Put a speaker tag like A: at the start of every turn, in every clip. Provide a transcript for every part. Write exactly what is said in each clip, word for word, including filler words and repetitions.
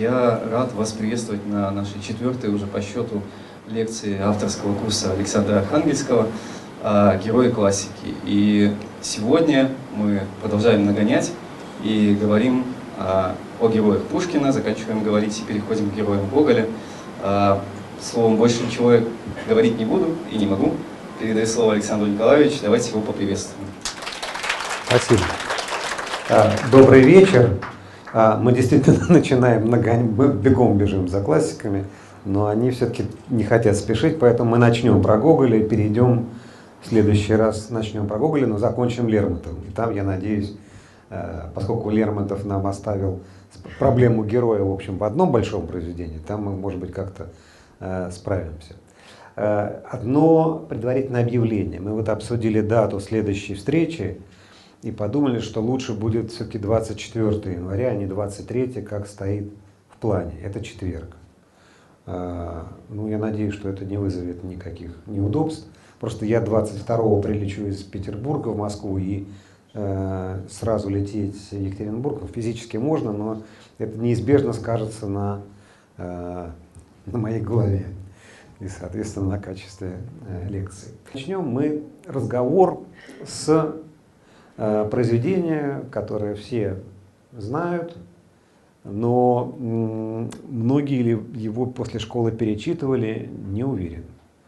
A: Я рад вас приветствовать на нашей четвертой уже по счету лекции авторского курса Александра Архангельского «Герои классики». И сегодня мы продолжаем нагонять и говорим о, о героях Пушкина, заканчиваем говорить и переходим к героям Гоголя. Словом, больше ничего говорить не буду и не могу. Передаю слово Александру Николаевичу. Давайте его поприветствуем.
B: Спасибо. Добрый вечер. Мы действительно начинаем, мы бегом бежим за классиками, но они все-таки не хотят спешить, поэтому мы начнем про Гоголя и перейдем в следующий раз, начнем про Гоголя, но закончим Лермонтовым. И там, я надеюсь, поскольку Лермонтов нам оставил проблему героя, в общем, в одном большом произведении, там мы, может быть, как-то справимся. Одно предварительное объявление. Мы вот обсудили дату следующей встречи и подумали, что лучше будет все-таки двадцать четвёртого января, а не двадцать третьего, как стоит в плане. Это четверг. Ну, я надеюсь, что это не вызовет никаких неудобств. Просто я двадцать второго прилечу из Петербурга в Москву, и сразу лететь в Екатеринбург физически можно, но это неизбежно скажется на, на моей голове и, соответственно, на качестве лекции. Начнем мы разговор с произведения, которое все знают, но многие ли его после школы перечитывали, не уверен.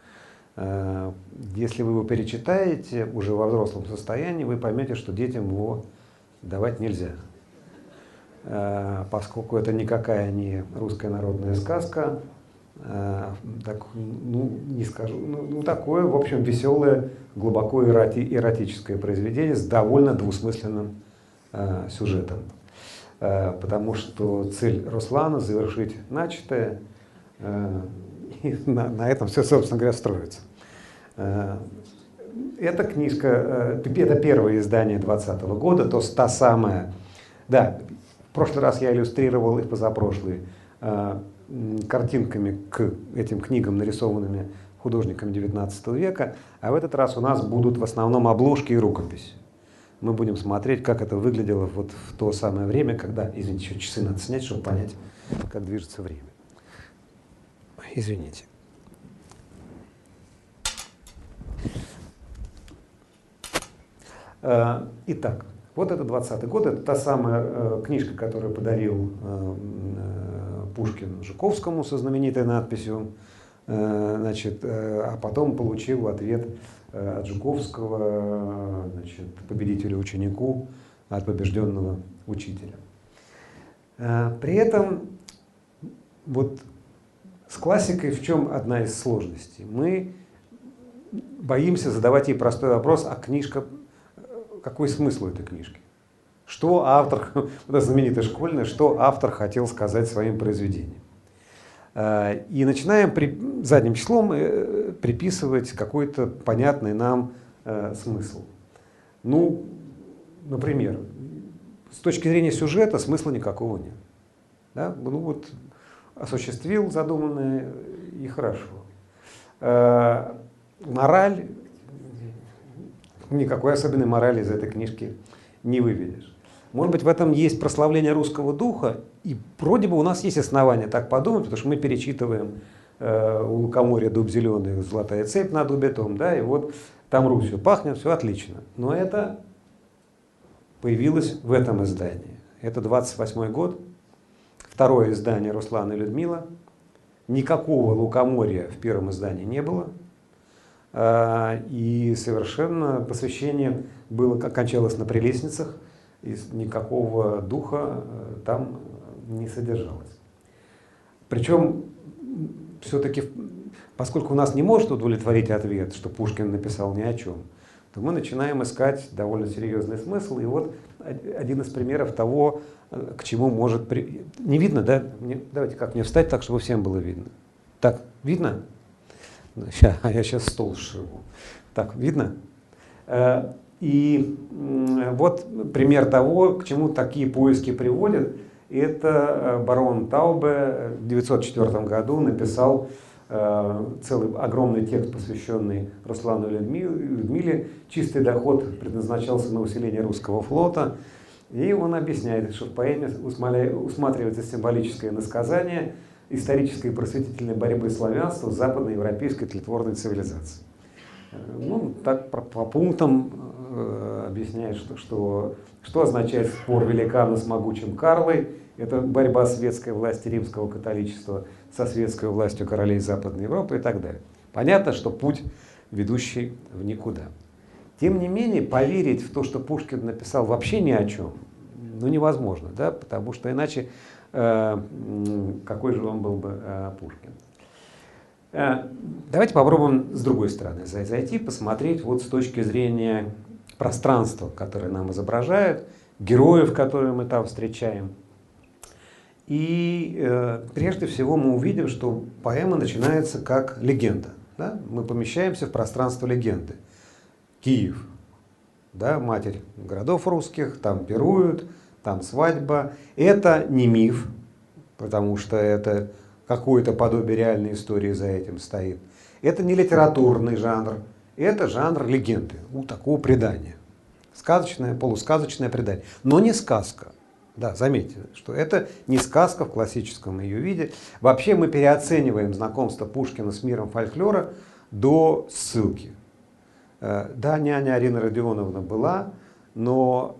B: Если вы его перечитаете уже во взрослом состоянии, вы поймете, что детям его давать нельзя, поскольку это никакая не русская народная сказка, так, ну, не скажу, ну, ну, такое, в общем, веселое, глубоко эроти, эротическое произведение с довольно двусмысленным э, сюжетом. Э, потому что цель Руслана — завершить начатое, э, и на, на этом все, собственно говоря, строится. Э, эта книжка, э, это первое издание двадцатого года, то есть та самая, да, в прошлый раз я иллюстрировал, и позапрошлый, э, картинками к этим книгам, нарисованными художниками девятнадцатого века, а в этот раз у нас будут в основном обложки и рукописи. Мы будем смотреть, как это выглядело вот в то самое время, когда, извините, еще часы надо снять, чтобы понять, как движется время. Извините. Итак, вот это двадцатый год, это та самая книжка, которую подарил Пушкин Жуковскому со знаменитой надписью, значит, а потом получил в ответ от Жуковского, значит, победителю ученику от побежденного учителя. При этом вот с классикой в чем одна из сложностей? Мы боимся задавать ей простой вопрос: а книжка, какой смысл этой книжки? Что автор, это знаменитое школьное, что автор хотел сказать своим произведением. И начинаем при, задним числом приписывать какой-то понятный нам смысл. Ну, например, с точки зрения сюжета смысла никакого нет. Да? Ну вот, осуществил задуманное, и хорошо. Мораль, никакой особенной морали из этой книжки не выведешь. Может быть, в этом есть прославление русского духа, и вроде бы у нас есть основания так подумать, потому что мы перечитываем э, у лукоморья дуб зеленый, золотая цепь на дубе том, да, и вот там Русью пахнет, все отлично. Но это появилось в этом издании. Это двадцать восьмой год, второе издание «Руслан и Людмила». Никакого лукоморья в первом издании не было. Э, и совершенно посвящение было, окончалось на Прелестницах, и никакого духа там не содержалось. Причем, все-таки, поскольку у нас не может удовлетворить ответ, что Пушкин написал ни о чем, то мы начинаем искать довольно серьезный смысл. И вот один из примеров того, к чему может... При... Не видно, да? Мне... Давайте как мне встать так, чтобы всем было видно. Так, видно? Сейчас, а я сейчас стол сшиву. Так, видно? И вот пример того, к чему такие поиски приводят, это барон Таубе в девятьсот четвёртом году написал целый огромный текст, посвященный Руслану и Людмиле. «Чистый доход» предназначался на усиление русского флота. И он объясняет, что в поэме усматривается символическое насказание исторической и просветительной борьбы славянства с западноевропейской тлетворной цивилизацией. Ну, так по, по пунктам э, объясняет, что, что, что означает спор великана с могучим Карлой. Это борьба светской власти римского католичества со светской властью королей Западной Европы и так далее. Понятно, что путь, ведущий в никуда. Тем не менее, поверить в то, что Пушкин написал вообще ни о чем, ну, невозможно, да, потому что иначе э, какой же он был бы э, Пушкин. Э, давайте попробуем с другой стороны зайти, посмотреть вот с точки зрения пространства, которое нам изображают, героев, которые мы там встречаем. И э, прежде всего мы увидим, что поэма начинается как легенда. Да? Мы помещаемся в пространство легенды. Киев, да, матерь городов русских, там пируют, там свадьба. Это не миф, потому что это какое-то подобие реальной истории за этим стоит. Это не литературный жанр, это жанр легенды, у такого предания. Сказочное, полусказочное предание, но не сказка. Да, заметьте, что это не сказка в классическом ее виде. Вообще мы переоцениваем знакомство Пушкина с миром фольклора до ссылки. Да, няня Арина Родионовна была, но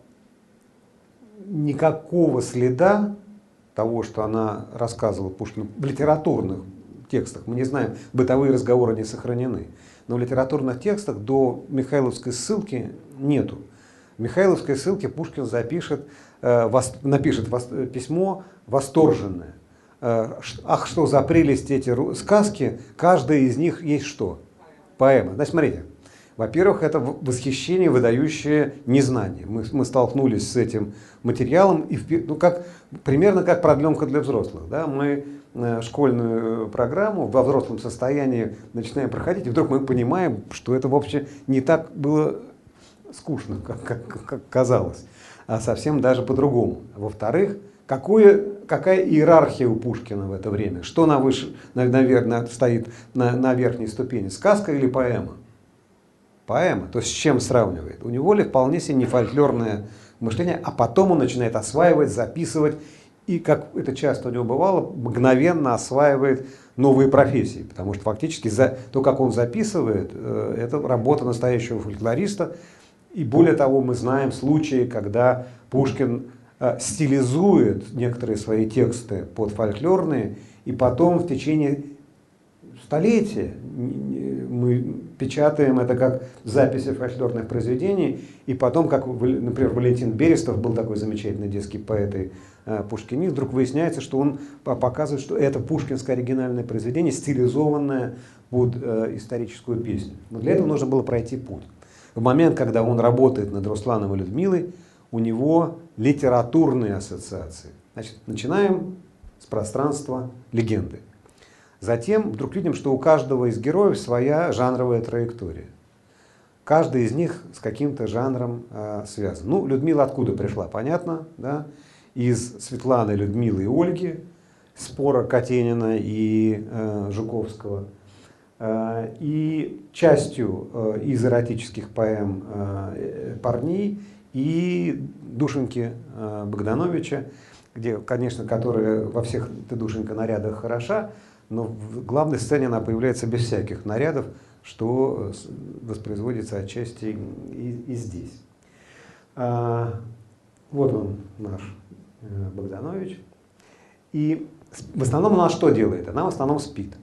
B: никакого следа того, что она рассказывала Пушкину в литературных текстах, мы не знаем, бытовые разговоры не сохранены, но в литературных текстах до Михайловской ссылки нету. В Михайловской ссылке Пушкин запишет, э, вос, напишет вос, письмо восторженное. Э, ах, что за прелесть эти сказки, каждая из них есть что? Поэма. Значит, смотрите. Во-первых, это восхищение, выдающее незнание. Мы, мы столкнулись с этим материалом, и, ну, как, примерно как продленка для взрослых. Да? Мы э, школьную программу во взрослом состоянии начинаем проходить, и вдруг мы понимаем, что это вообще не так было скучно, как, как, как казалось, а совсем даже по-другому. Во-вторых, какое, какая иерархия у Пушкина в это время? Что на выше, на, наверное, стоит на, на верхней ступени? Сказка или поэма? Поэма. То есть с чем сравнивает? У него ли вполне себе не фольклорное мышление, а потом он начинает осваивать, записывать, и, как это часто у него бывало, мгновенно осваивает новые профессии. Потому что фактически за, то, как он записывает, э, это работа настоящего фольклориста. И более того, мы знаем случаи, когда Пушкин э, стилизует некоторые свои тексты под фольклорные, и потом в течение столетия мы печатаем это как записи фольклорных произведений, и потом, как, например, Валентин Берестов, был такой замечательный детский поэт и э, пушкинист, вдруг выясняется, что он показывает, что это пушкинское оригинальное произведение, стилизованное под э, историческую песню. Но для этого нужно было пройти путь. В момент, когда он работает над Русланом и Людмилой, у него литературные ассоциации. Значит, начинаем с пространства легенды. Затем вдруг видим, что у каждого из героев своя жанровая траектория. Каждый из них с каким-то жанром э, связан. Ну, Людмила откуда пришла, понятно, да? Из Светланы, Людмилы и Ольги, спора Катенина и э, Жуковского. Э, и частью э, из эротических поэм э, «Парней» и Душеньки э, Богдановича, где, конечно, которая во всех «Ты, Душенька» нарядах хороша, но в главной сцене она появляется без всяких нарядов, что воспроизводится отчасти и, и здесь. А, вот он, наш э, Богданович. И в основном она что делает? Она в основном спит.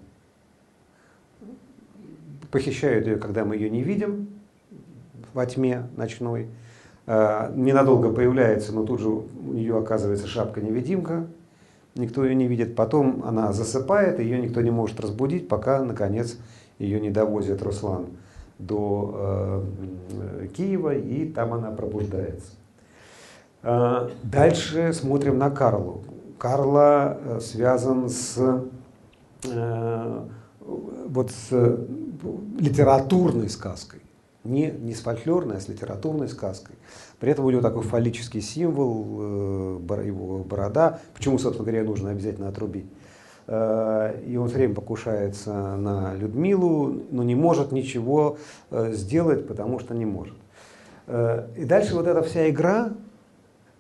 B: Похищают ее, когда мы ее не видим, во тьме ночной. А, ненадолго появляется, но тут же у нее оказывается шапка-невидимка. Никто ее не видит. Потом она засыпает, ее никто не может разбудить, пока, наконец, ее не довозит Руслан до э, Киева, и там она пробуждается. Э, дальше смотрим на Карлу. Карла э, связан с, э, вот с литературной сказкой. Не, не с фольклорной, а с литературной сказкой. При этом у него такой фаллический символ, э, его борода. Почему, собственно говоря, нужно обязательно отрубить. Э, и он все время покушается на Людмилу, но не может ничего э, сделать, потому что не может. Э, и дальше вот эта вся игра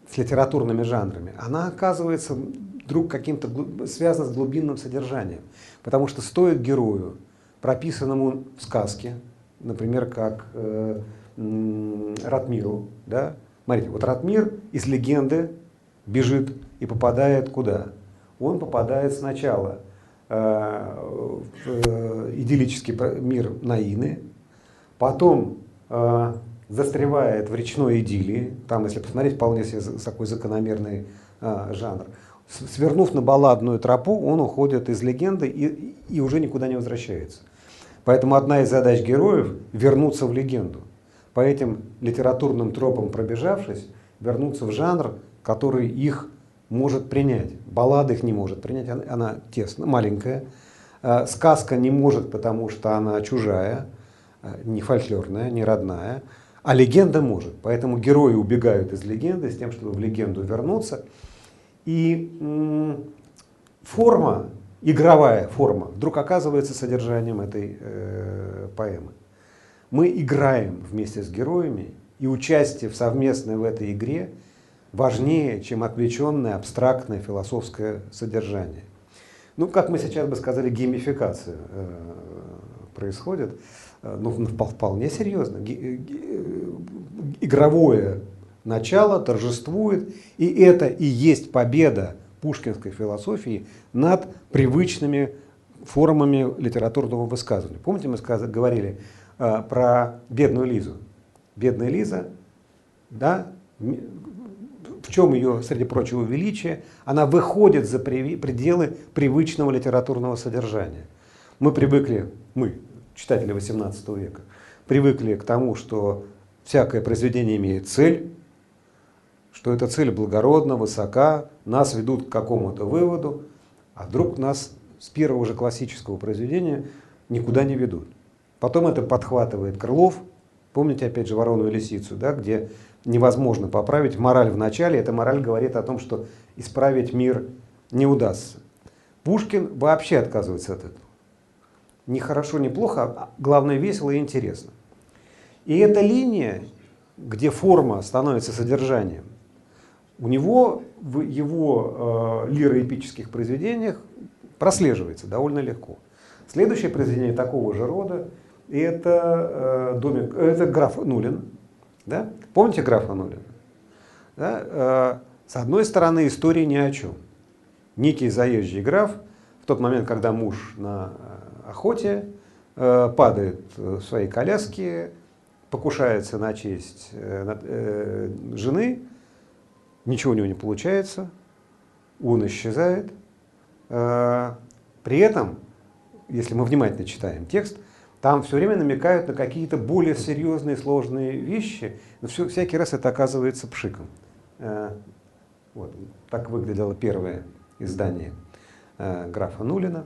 B: с литературными жанрами, она оказывается вдруг каким-то связана с глубинным содержанием. Потому что стоит герою, прописанному в сказке, например, как э, Ратмиру, да? Смотрите, вот Ратмир из легенды бежит и попадает куда? Он попадает сначала э, в э, идиллический мир Наины, потом э, застревает в речной идиллии, там, если посмотреть, вполне себе такой закономерный э, жанр. Свернув на балладную тропу, он уходит из легенды и, и уже никуда не возвращается. Поэтому одна из задач героев — вернуться в легенду. По этим литературным тропам пробежавшись, вернуться в жанр, который их может принять. Баллада их не может принять, она, она тесна, маленькая. Э, сказка не может, потому что она чужая, э, не фольклорная, не родная. А легенда может. Поэтому герои убегают из легенды с тем, чтобы в легенду вернуться. И м, форма, игровая форма, вдруг оказывается содержанием этой э, поэмы. Мы играем вместе с героями, и участие в совместной в этой игре важнее, чем отвлеченное, абстрактное, философское содержание. Ну, как мы сейчас бы сказали, геймификация э, происходит, э, ну, вполне серьезно. Игровое начало торжествует, и это и есть победа пушкинской философии над привычными формами литературного высказывания. Помните, мы сказали, говорили э, про бедную Лизу? Бедная Лиза, да, в чем ее, среди прочего, величие? Она выходит за пределы привычного литературного содержания. Мы привыкли, мы, читатели восемнадцатого века, привыкли к тому, что всякое произведение имеет цель, что эта цель благородна, высока, нас ведут к какому-то выводу, а вдруг нас с первого же классического произведения никуда не ведут. Потом это подхватывает Крылов, помните опять же «Ворону и лисицу», да, где невозможно поправить мораль в начале, эта мораль говорит о том, что исправить мир не удастся. Пушкин вообще отказывается от этого. Не хорошо, не плохо, а главное весело и интересно. И эта линия, где форма становится содержанием, у него в его э, лироэпических произведениях прослеживается довольно легко. Следующее произведение такого же рода — это, э, домик, это граф Нулин. Да? Помните графа Нулина? Да? Э, с одной стороны, история ни о чем. Некий заезжий граф в тот момент, когда муж на охоте, э, падает в своей коляске, покушается на честь э, э, жены, ничего у него не получается, он исчезает. Э, при этом, если мы внимательно читаем текст, там все время намекают на какие-то более серьезные, сложные вещи, но все, всякий раз это оказывается пшиком. Э, вот, так выглядело первое издание э, графа Нулина.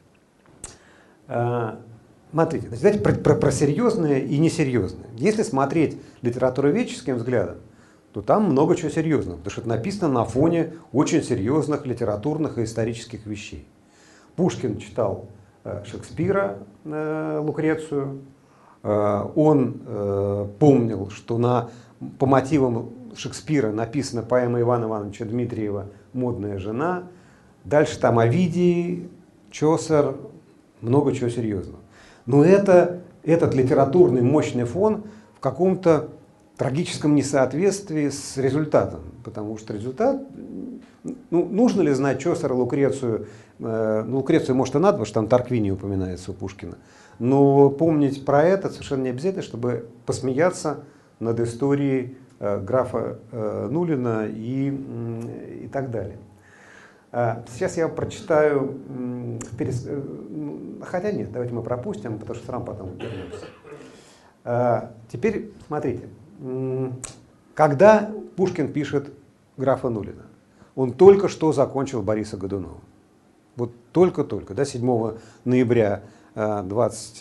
B: Э, смотрите, значит, про, про, про серьезное и несерьезное. Если смотреть литературоведческим взглядом, то там много чего серьезного, потому что это написано на фоне очень серьезных литературных и исторических вещей. Пушкин читал э, Шекспира, э, Лукрецию. Э, он э, помнил, что на, по мотивам Шекспира написана поэма Ивана Ивановича Дмитриева «Модная жена». Дальше там Овидий, Чосер, много чего серьезного. Но это, этот литературный мощный фон в каком-то трагическом несоответствии с результатом. Потому что результат... Ну, нужно ли знать Чосера, Лукрецию? Э, ну, Лукрецию, может, и надо, потому что там Тарквиний упоминается у Пушкина. Но помнить про это совершенно не обязательно, чтобы посмеяться над историей э, графа э, Нулина и, э, и так далее. Сейчас я прочитаю, перес... хотя нет, давайте мы пропустим, потому что сразу потом вернемся. Теперь смотрите, когда Пушкин пишет графа Нулина, он только что закончил Бориса Годунова. Вот только-только, да, седьмого ноября двадцать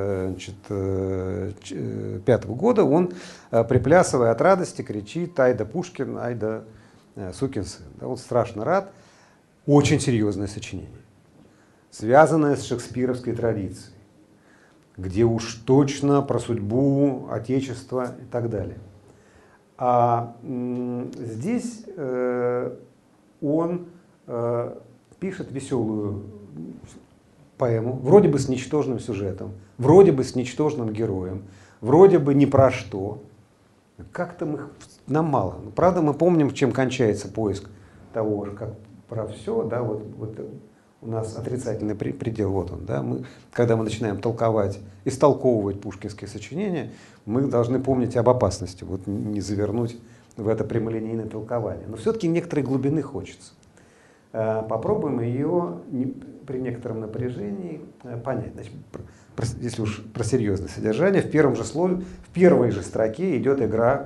B: пятого года он, приплясывая от радости, кричит: «Ай да Пушкин, ай да сукин сын». Да, он страшно рад. Очень серьезное сочинение, связанное с шекспировской традицией, где уж точно про судьбу Отечества и так далее. А м, здесь э, он э, пишет веселую поэму, вроде бы с ничтожным сюжетом, вроде бы с ничтожным героем, вроде бы ни про что. Как-то мы, нам мало. Правда, мы помним, чем кончается поиск того же, как про все, да, вот, вот у нас отрицательный предел, вот он, да, мы, когда мы начинаем толковать, истолковывать пушкинские сочинения, мы должны помнить об опасности, вот не завернуть в это прямолинейное толкование. Но все-таки некоторой глубины хочется. Попробуем ее при некотором напряжении понять. Значит, если уж про серьезное содержание, в первом же слове, в первой же строке идет игра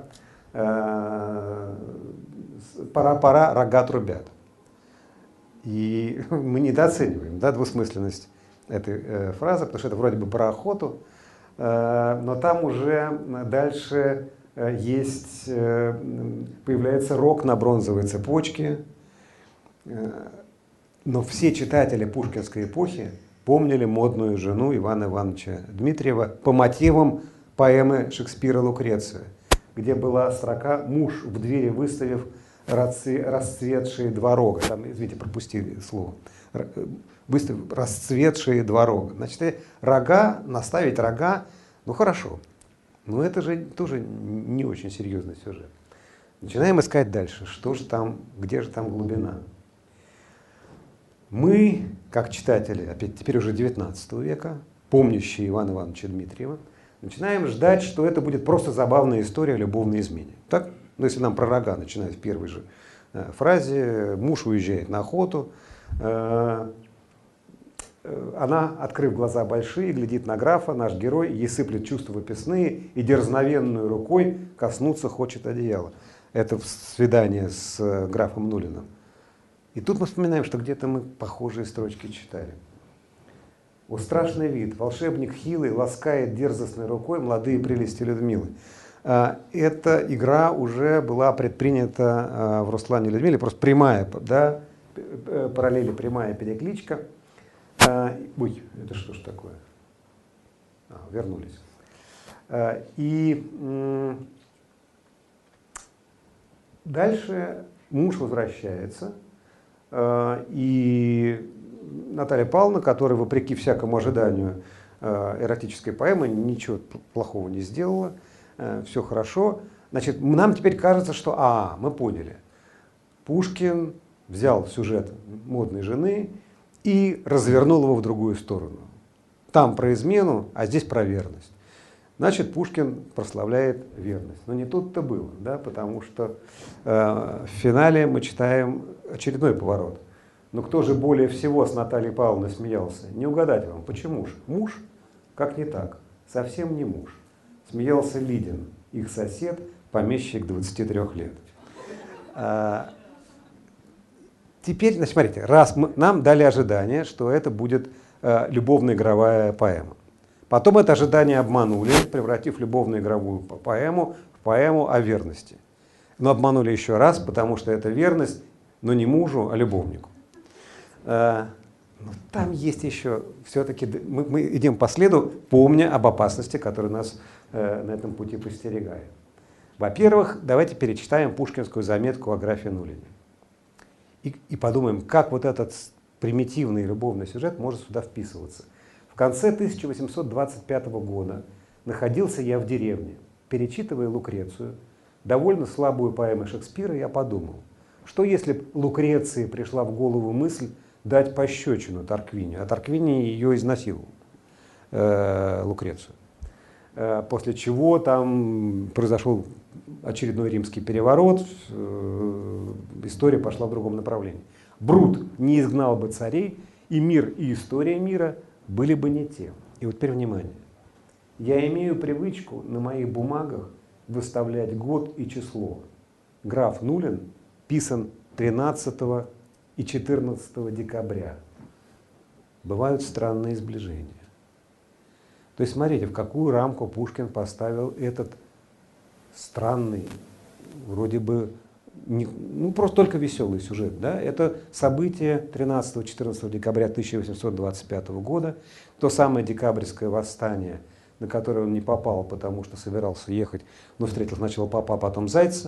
B: «пора-пора, рога трубят». И мы недооцениваем, да, двусмысленность этой э, фразы, потому что это вроде бы про охоту, э, но там уже дальше э, есть, э, появляется рог на бронзовой цепочке. Э, но все читатели пушкинской эпохи помнили модную жену Ивана Ивановича Дмитриева по мотивам поэмы Шекспира «Лукреция», где была строка «Муж в двери выставив расцветшие два рога». Там, извините, пропустили слово. Выставив расцветшие два рога. Значит, рога, наставить рога, ну хорошо. Но это же тоже не очень серьезный сюжет. Начинаем искать дальше. Что же там, где же там глубина? Мы, как читатели, опять теперь уже девятнадцатого века, помнящие Ивана Ивановича Дмитриева, начинаем ждать, что это будет просто забавная история о любовной измене. Так? Ну, если нам про рога начинают в первой же э, фразе, муж уезжает на охоту, э, э, она, открыв глаза большие, глядит на графа, наш герой, ей сыплет чувства выписные и дерзновенную рукой коснуться хочет одеяла. Это свидание с э, графом Нулиным. И тут мы вспоминаем, что где-то мы похожие строчки читали. «О, страшный вид! Волшебник хилый ласкает дерзостной рукой молодые прелести Людмилы». Эта игра уже была предпринята в «Руслане и Людмиле», просто прямая, да, параллели, прямая перекличка. Ой, это что ж такое? А, вернулись. И дальше муж возвращается, и Наталья Павловна, которая, вопреки всякому ожиданию эротической поэмы, ничего плохого не сделала, все хорошо. Значит, нам теперь кажется, что, а, мы поняли. Пушкин взял сюжет модной жены и развернул его в другую сторону. Там про измену, а здесь про верность. Значит, Пушкин прославляет верность. Но не тут-то было, да, потому что э, в финале мы читаем очередной поворот. Но кто же более всего с Натальей Павловной смеялся? Не угадать вам, почему же? Муж? Как не так? Совсем не муж. Смеялся Лидин, их сосед, помещик двадцати трёх лет. А, теперь, значит, смотрите, раз мы, нам дали ожидание, что это будет а, любовно-игровая поэма. Потом это ожидание обманули, превратив любовно-игровую поэму в поэму о верности. Но обманули еще раз, потому что это верность, но не мужу, а любовнику. А, но там есть еще, все-таки мы, мы идем по следу, помня об опасности, которая нас э, на этом пути постерегает. Во-первых, давайте перечитаем пушкинскую заметку о графе Нулине. И, и подумаем, как вот этот примитивный любовный сюжет может сюда вписываться. В конце тысяча восемьсот двадцать пятого года находился я в деревне, перечитывая Лукрецию, довольно слабую поэму Шекспира, я подумал, что если бы Лукреции пришла в голову мысль дать пощечину Тарквинию, а Тарквиний ее изнасиловал, э, Лукрецию. Э, после чего там произошел очередной римский переворот, э, история пошла в другом направлении. Брут не изгнал бы царей, и мир, и история мира были бы не те. И вот теперь внимание. Я имею привычку на моих бумагах выставлять год и число. Граф Нулин писан тринадцатого и четырнадцатого декабря. Бывают странные сближения. То есть смотрите, в какую рамку Пушкин поставил этот странный, вроде бы, не, ну просто только веселый сюжет. Да? Это событие тринадцатого-четырнадцатого декабря тысяча восемьсот двадцать пятого года, то самое декабрьское восстание на который он не попал, потому что собирался ехать, но встретил сначала попа, потом зайца,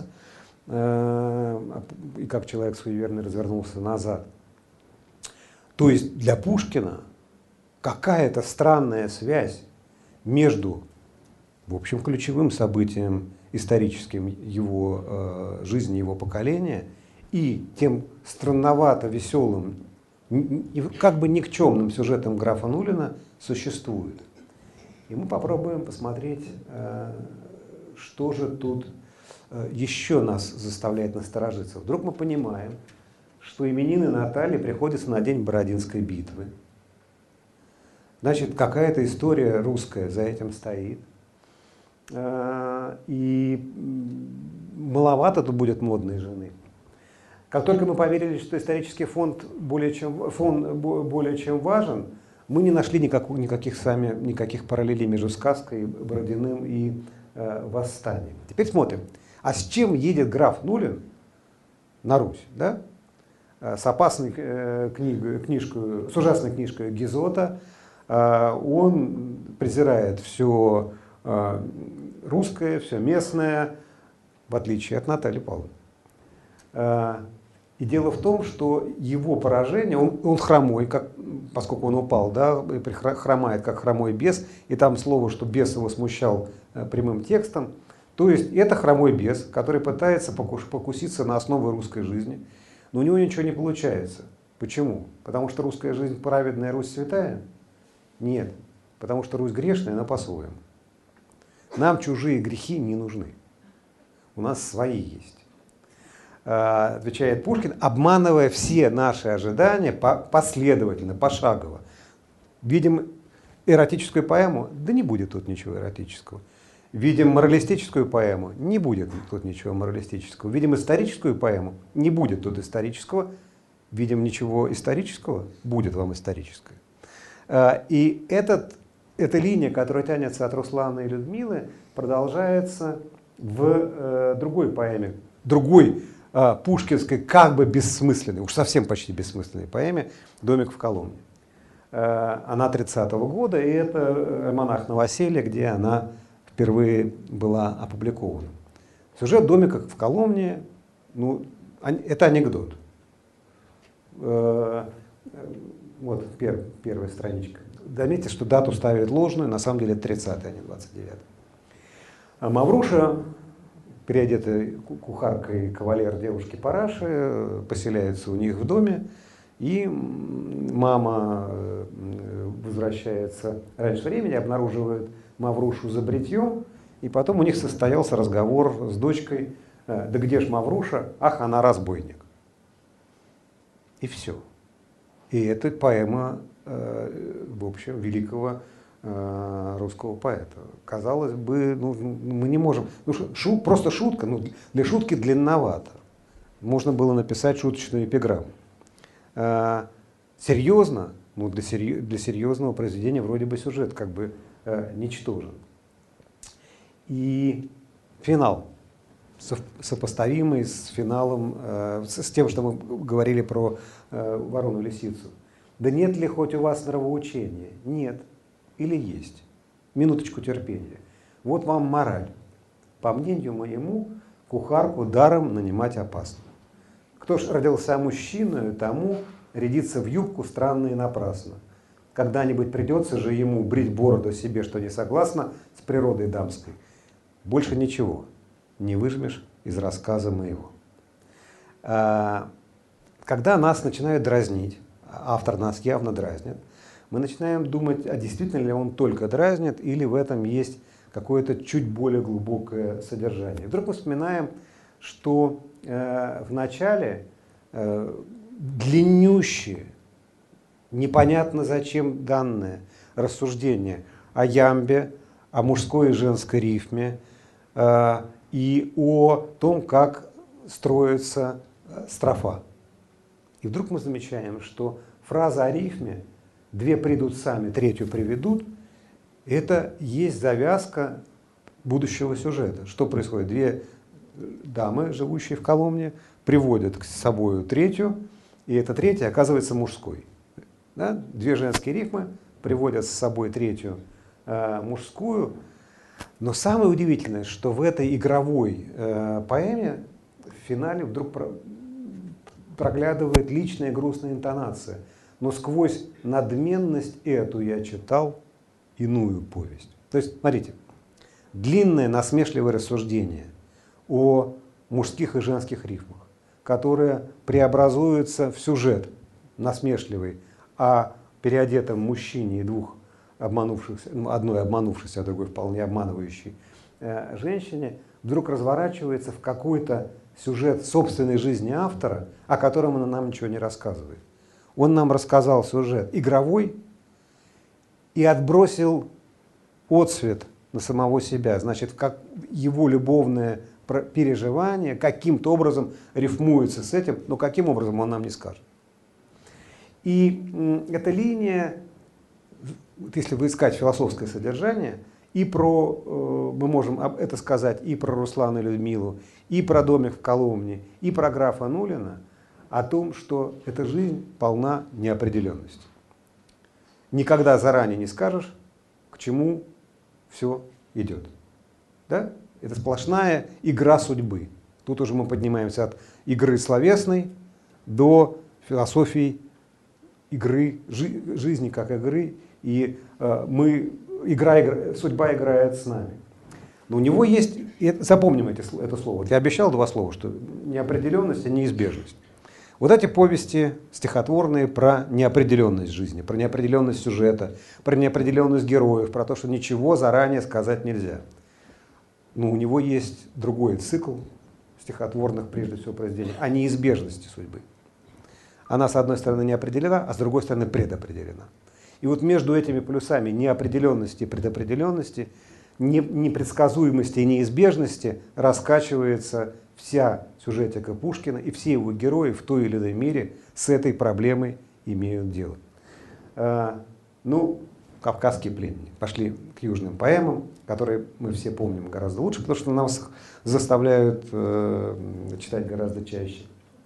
B: и как человек суеверный развернулся назад. То есть для Пушкина какая-то странная связь между, в общем, ключевым событием историческим его э, жизни, его поколения, и тем странновато веселым, как бы никчемным сюжетом графа Нулина существует. И мы попробуем посмотреть, э, что же тут э, еще нас заставляет насторожиться. Вдруг мы понимаем, что именины Натальи приходятся на день Бородинской битвы. Значит, какая-то история русская за этим стоит. И маловато тут будет модной жены. Как только мы поверили, что исторический фонд более чем, фон более чем важен, мы не нашли никак, никаких, сами, никаких параллелей между сказкой, Бородиным и э, восстанием. Теперь смотрим. А с чем едет граф Нулин на Русь? Да? С опасной э, книгой, книжкой, с ужасной книжкой Гизота. Э, он презирает все э, русское, все местное, в отличие от Натальи Павловны. Э, и дело в том, что его поражение, он, он хромой, как, поскольку он упал, да, хромает, как хромой бес, и там слово, что бес его смущал э, прямым текстом. То есть это хромой бес, который пытается покуш, покуситься на основы русской жизни. Но у него ничего не получается. Почему? Потому что русская жизнь праведная, Русь святая? Нет. Потому что Русь грешная, но по-своему. Нам чужие грехи не нужны. У нас свои есть. Отвечает Пушкин, обманывая все наши ожидания последовательно, пошагово. Видим эротическую поэму? Да не будет тут ничего эротического. Видим моралистическую поэму? Не будет тут ничего моралистического. Видим историческую поэму? Не будет тут исторического. Видим ничего исторического? Будет вам историческое. И этот, эта линия, которая тянется от Руслана и Людмилы, продолжается в другой поэме, другой пушкинской, как бы бессмысленной, уж совсем почти бессмысленной поэме «Домик в Коломне». Она тридцатого года, и это альманах «Новоселье», где она впервые была опубликована. Сюжет домика в Коломне, ну, это анекдот. Вот пер, первая страничка. Заметьте, что дату ставят ложную, на самом деле тридцатое, а не двадцать девятое. А Мавруша, переодетый кухаркой кавалер девушки Параши, поселяется у них в доме, и мама возвращается раньше времени, обнаруживает Маврушу за бритьем, и потом у них состоялся разговор с дочкой: да где ж Мавруша? Ах, она разбойник. И все. И это поэма, в общем, великого русского поэта. Казалось бы, ну, мы не можем, ну, шу, просто шутка, ну, для шутки длинновато. Можно было написать шуточную эпиграмму. Серьезно, ну, для, серьез, для серьезного произведения вроде бы сюжет как бы ничтожен. И финал, сопоставимый с финалом, с тем, что мы говорили про ворону-лисицу. Да нет ли хоть у вас нравоучения? Нет. Или есть? Минуточку терпения. Вот вам мораль. По мнению моему, кухарку даром нанимать опасно. Кто ж родился мужчиною, тому рядиться в юбку странно и напрасно. Когда-нибудь придется же ему брить бороду себе, что не согласно с природой дамской. Больше ничего не выжмешь из рассказа моего. Когда нас начинают дразнить, автор нас явно дразнит, мы начинаем думать, а действительно ли он только дразнит, или в этом есть какое-то чуть более глубокое содержание. Вдруг мы вспоминаем, что э, в начале э, длиннющие, непонятно зачем данное рассуждение о ямбе, о мужской и женской рифме э, и о том, как строится э, строфа. И вдруг мы замечаем, что фраза о рифме «две придут сами, третью приведут» — это есть завязка будущего сюжета. Что происходит? Две дамы, живущие в Коломне, приводят с собой третью, и эта третья оказывается мужской. Да? Две женские рифмы приводят с собой третью э, мужскую. Но самое удивительное, что в этой игровой э, поэме в финале вдруг про, проглядывает личная грустная интонация. Но сквозь надменность эту я читал иную повесть. То есть, смотрите, длинное насмешливое рассуждение о мужских и женских рифмах, которое преобразуется в сюжет насмешливый о переодетом мужчине и двух обманувшихся, одной обманувшейся, а другой вполне обманывающей э, женщине, вдруг разворачивается в какой-то сюжет собственной жизни автора, о котором он нам ничего не рассказывает. Он нам рассказал сюжет игровой и отбросил отсвет на самого себя. Значит, как его любовное переживание каким-то образом рифмуется с этим, но каким образом он нам не скажет. И эта линия, если вы искать философское содержание, и про, мы можем это сказать и про Руслана и Людмилу, и про домик в Коломне, и про графа Нулина, о том, что эта жизнь полна неопределенности. Никогда заранее не скажешь, к чему все идет. Да? Это сплошная игра судьбы. Тут уже мы поднимаемся от игры словесной до философии игры, жи, жизни как игры. И э, мы, игра, игра, судьба играет с нами. Но у него есть, запомним эти, это слово, я обещал два слова, что неопределенность и неизбежность. Вот эти повести стихотворные про неопределенность жизни, про неопределенность сюжета, про неопределенность героев, про то, что ничего заранее сказать нельзя. Но у него есть другой цикл стихотворных, прежде всего, произведений о неизбежности судьбы. Она, с одной стороны, не определена, а с другой стороны, предопределена. И вот между этими плюсами неопределенности и предопределенности, непредсказуемости и неизбежности раскачивается вся сюжетика Пушкина, и все его герои в той или иной мере с этой проблемой имеют дело. А, ну, «Кавказский пленник». Пошли к южным поэмам, которые мы все помним гораздо лучше, потому что нас заставляют э, читать гораздо чаще.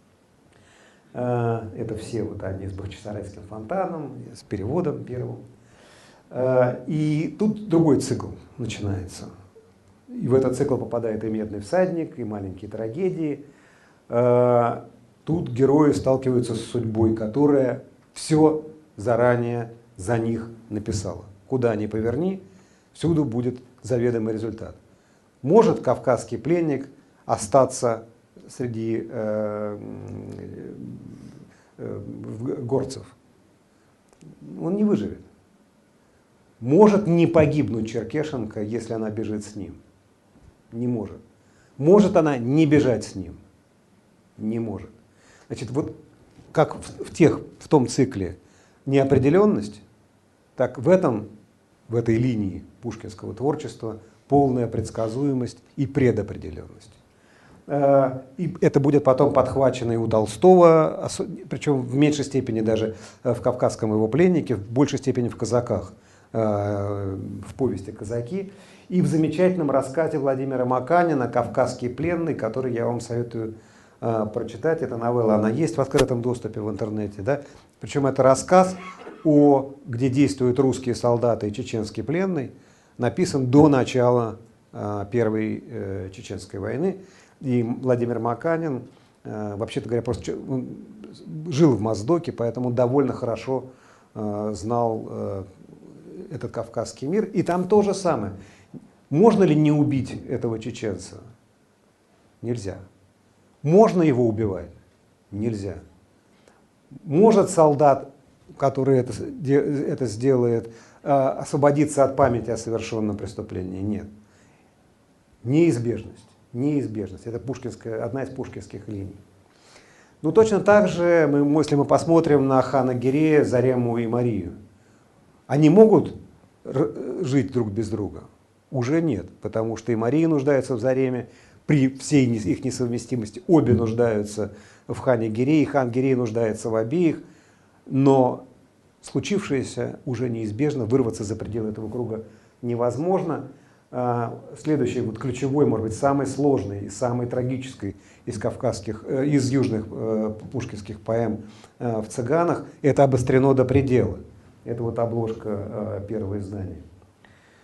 B: А, это все вот они с Бахчисарайским фонтаном, с переводом первым. А, и тут другой цикл начинается. И в этот цикл попадает и «Медный всадник», и «Маленькие трагедии». А, тут герои сталкиваются с судьбой, которая все заранее за них написала. Куда ни поверни, всюду будет заведомый результат. Может кавказский пленник остаться среди э, э, горцев? Он не выживет. Может не погибнуть Черкешенко, если она бежит с ним? Не может. Может она не бежать с ним? Не может. Значит, вот как в, в, тех, в том цикле неопределенность, так в, этом, в этой линии пушкинского творчества полная предсказуемость и предопределенность. И это будет потом подхвачено и у Толстого, причем в меньшей степени даже в «Кавказском его пленнике», в большей степени в «Казаках», в повести «Казаки», и в замечательном рассказе Владимира Маканина «Кавказский пленный», который я вам советую прочитать. Эта новелла, она есть в открытом доступе в интернете. Да? Причем это рассказ, о, где действуют русские солдаты и чеченский пленный, написан до начала э, Первой э, Чеченской войны. И Владимир Маканин, э, вообще-то говоря, просто он жил в Моздоке, поэтому довольно хорошо э, знал э, этот кавказский мир. И там то же самое. Можно ли не убить этого чеченца? Нельзя. Можно его убивать? Нельзя. Может солдат, который это, это сделает, освободиться от памяти о совершенном преступлении? Нет. Неизбежность. Неизбежность. Это пушкинская, одна из пушкинских линий. Ну, точно так же, мы, если мы посмотрим на хана Гирея, Зарему и Марию, они могут жить друг без друга? Уже нет, потому что и Мария нуждается в Зареме, при всей их несовместимости обе нуждаются в хане Гирее, хан Гирей нуждается в обеих, но случившееся уже неизбежно, вырваться за пределы этого круга невозможно. Следующий, вот ключевой, может быть, самый сложный и самый трагический из кавказских, из южных пушкинских поэм в «Цыганах» — это «Обострено до предела». Это вот обложка первого издания.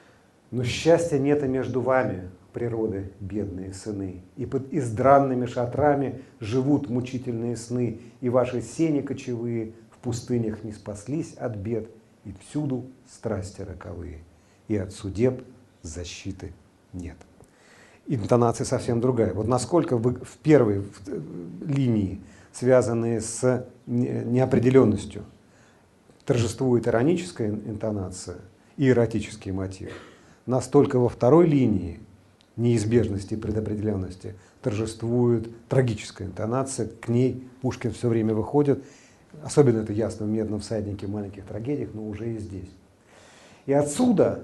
B: Но счастья нет и между вами, природы, бедные сыны, и под издранными шатрами живут мучительные сны, и ваши сени кочевые в пустынях не спаслись от бед, и всюду страсти роковые, и от судеб защиты нет. Интонация совсем другая. Вот насколько вы в первой линии, связанные с неопределенностью, торжествует ироническая интонация и эротический мотив, настолько во второй линии неизбежности и предопределенности торжествует трагическая интонация, к ней Пушкин все время выходит, особенно это ясно в «Медном всаднике», в «Маленьких трагедиях», но уже и здесь. И отсюда,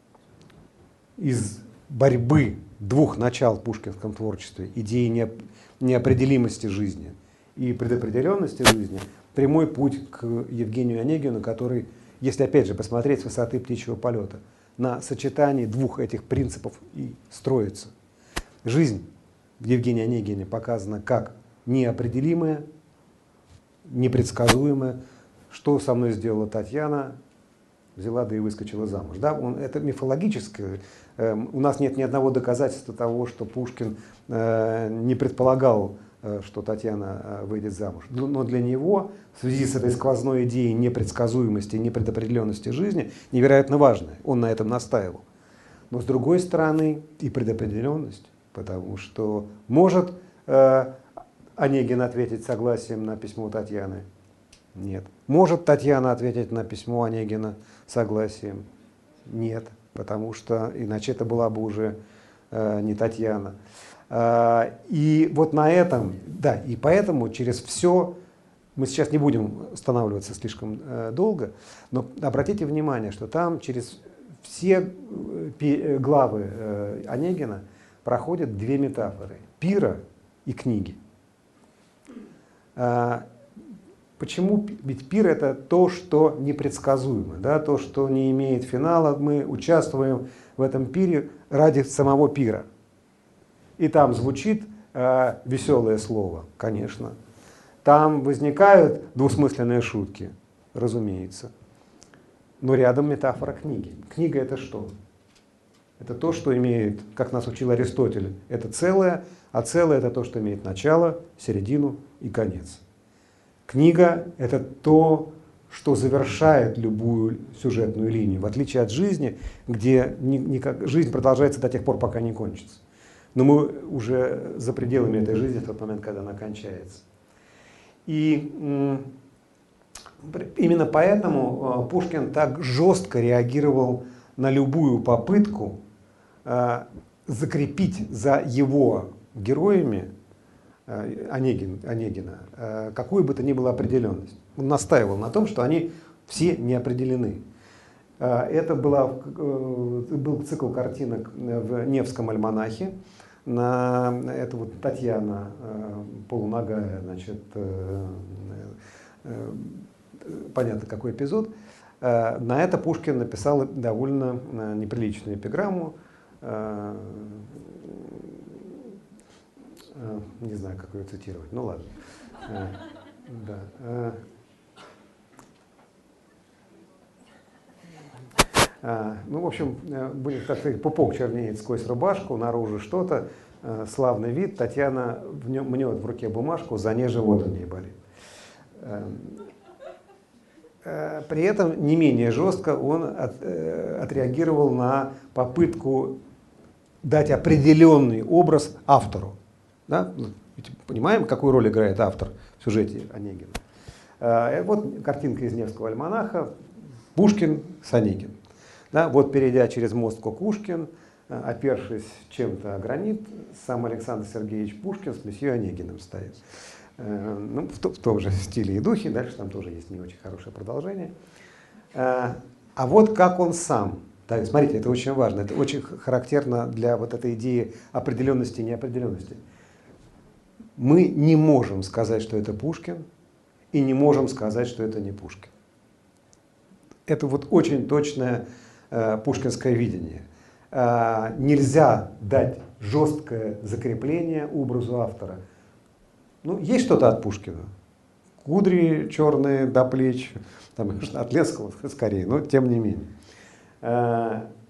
B: из борьбы двух начал в пушкинском творчестве, идеи неопределимости жизни и предопределенности жизни, прямой путь к Евгению Онегину, который, если опять же посмотреть с высоты птичьего полета, на сочетании двух этих принципов и строится. Жизнь в Евгении Онегине показана как неопределимая, непредсказуемая. Что со мной сделала Татьяна? Взяла, да и выскочила замуж. Да, он, это мифологическое. Э, у нас нет ни одного доказательства того, что Пушкин э, не предполагал, э, что Татьяна э, выйдет замуж. Но, но для него, в связи с этой сквозной идеей непредсказуемости, непредопределенности жизни, невероятно важное. Он на этом настаивал. Но с другой стороны и предопределенность, потому что может э, Онегин ответить согласием на письмо Татьяны? Нет. Может Татьяна ответить на письмо Онегина согласием? Нет, потому что иначе это была бы уже э, не Татьяна. Э, и вот на этом, да, и поэтому через все, мы сейчас не будем останавливаться слишком э, долго, но обратите внимание, что там через все э, главы э, Онегина проходят две метафоры: пира и книги. Э, Почему? Ведь пир — это то, что непредсказуемо, да, то, что не имеет финала. Мы участвуем в этом пире ради самого пира. И там звучит э, веселое слово, конечно. Там возникают двусмысленные шутки, разумеется. Но рядом метафора книги. Книга — это что? Это то, что имеет, как нас учил Аристотель, это целое, а целое — это то, что имеет начало, середину и конец. Книга — это то, что завершает любую сюжетную линию, в отличие от жизни, где никак, жизнь продолжается до тех пор, пока не кончится. Но мы уже за пределами этой жизни в тот момент, когда она кончается. И именно поэтому Пушкин так жестко реагировал на любую попытку закрепить за его героями Онегин, Онегина какую бы то ни было определенность. Он настаивал на том, что они все не определены. Это была, был цикл картинок в Невском альманахе. На, это вот Татьяна полуногая, значит, понятно, какой эпизод. На это Пушкин написал довольно неприличную эпиграмму. Не знаю, как ее цитировать. Ну ладно. Да. Ну, в общем, будет, так сказать, пупок чернеет сквозь рубашку, наружу что-то, славный вид. Татьяна в нем, мнет в руке бумажку, за ней живот у ней болит. При этом не менее жестко он от, отреагировал на попытку дать определенный образ автору. Да? Ведь понимаем, какую роль играет автор в сюжете Онегина. Вот картинка из Невского альманаха. Пушкин с Онегиным. Да? Вот, перейдя через мост Кукушкин, опершись чем-то о гранит, сам Александр Сергеевич Пушкин с месье Онегиным стоит. Ну, в, в том же стиле и духе. Дальше там тоже есть не очень хорошее продолжение. А вот как он сам. Да, смотрите, это очень важно. Это очень характерно для вот этой идеи определенности и неопределенности. Мы не можем сказать, что это Пушкин, и не можем сказать, что это не Пушкин. Это вот очень точное э, пушкинское видение. Э, нельзя дать жесткое закрепление образу автора. Ну, есть что-то от Пушкина. Кудри черные до плеч, там, от Ленского скорее, но тем не менее. Э,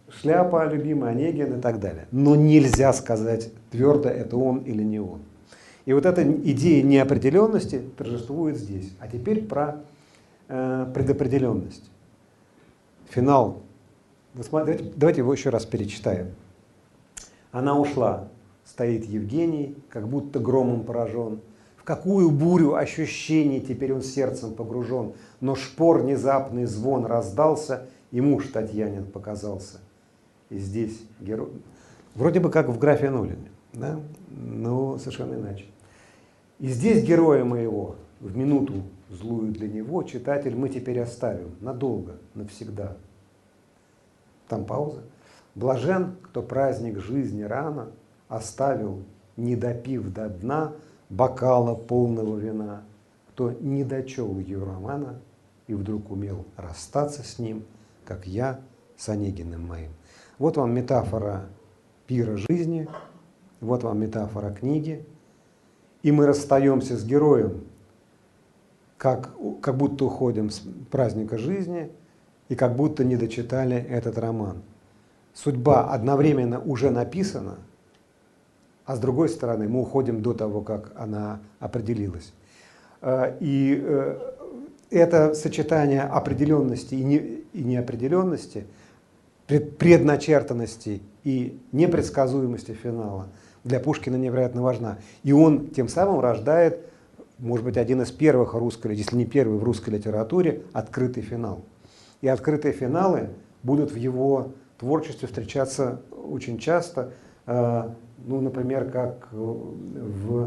B: Шляпа любимая, Онегин и так далее. Но нельзя сказать твердо, это он или не он. И вот эта идея неопределенности торжествует здесь. А теперь про э, предопределенность. Финал. Давайте, давайте его еще раз перечитаем. Она ушла. Стоит Евгений, как будто громом поражен. В какую бурю ощущений теперь он сердцем погружен. Но шпор внезапный звон раздался, и муж Татьянин показался. И здесь герой. Вроде бы как в графе Нулине, да? Но совершенно иначе. И здесь героя моего, в минуту злую для него, читатель, мы теперь оставим надолго, навсегда. Там пауза. Блажен, кто праздник жизни рано оставил, не допив до дна бокала полного вина, кто не дочел ее романа и вдруг умел расстаться с ним, как я с Онегиным моим. Вот вам метафора пира жизни, вот вам метафора книги. И мы расстаемся с героем, как, как будто уходим с праздника жизни, и как будто не дочитали этот роман. Судьба одновременно уже написана, а с другой стороны мы уходим до того, как она определилась. И это сочетание определенности и неопределенности, предначертанности и непредсказуемости финала для Пушкина невероятно важна. И он тем самым рождает, может быть, один из первых русской, если не первый в русской литературе, открытый финал. И открытые финалы будут в его творчестве встречаться очень часто, ну, например, как в,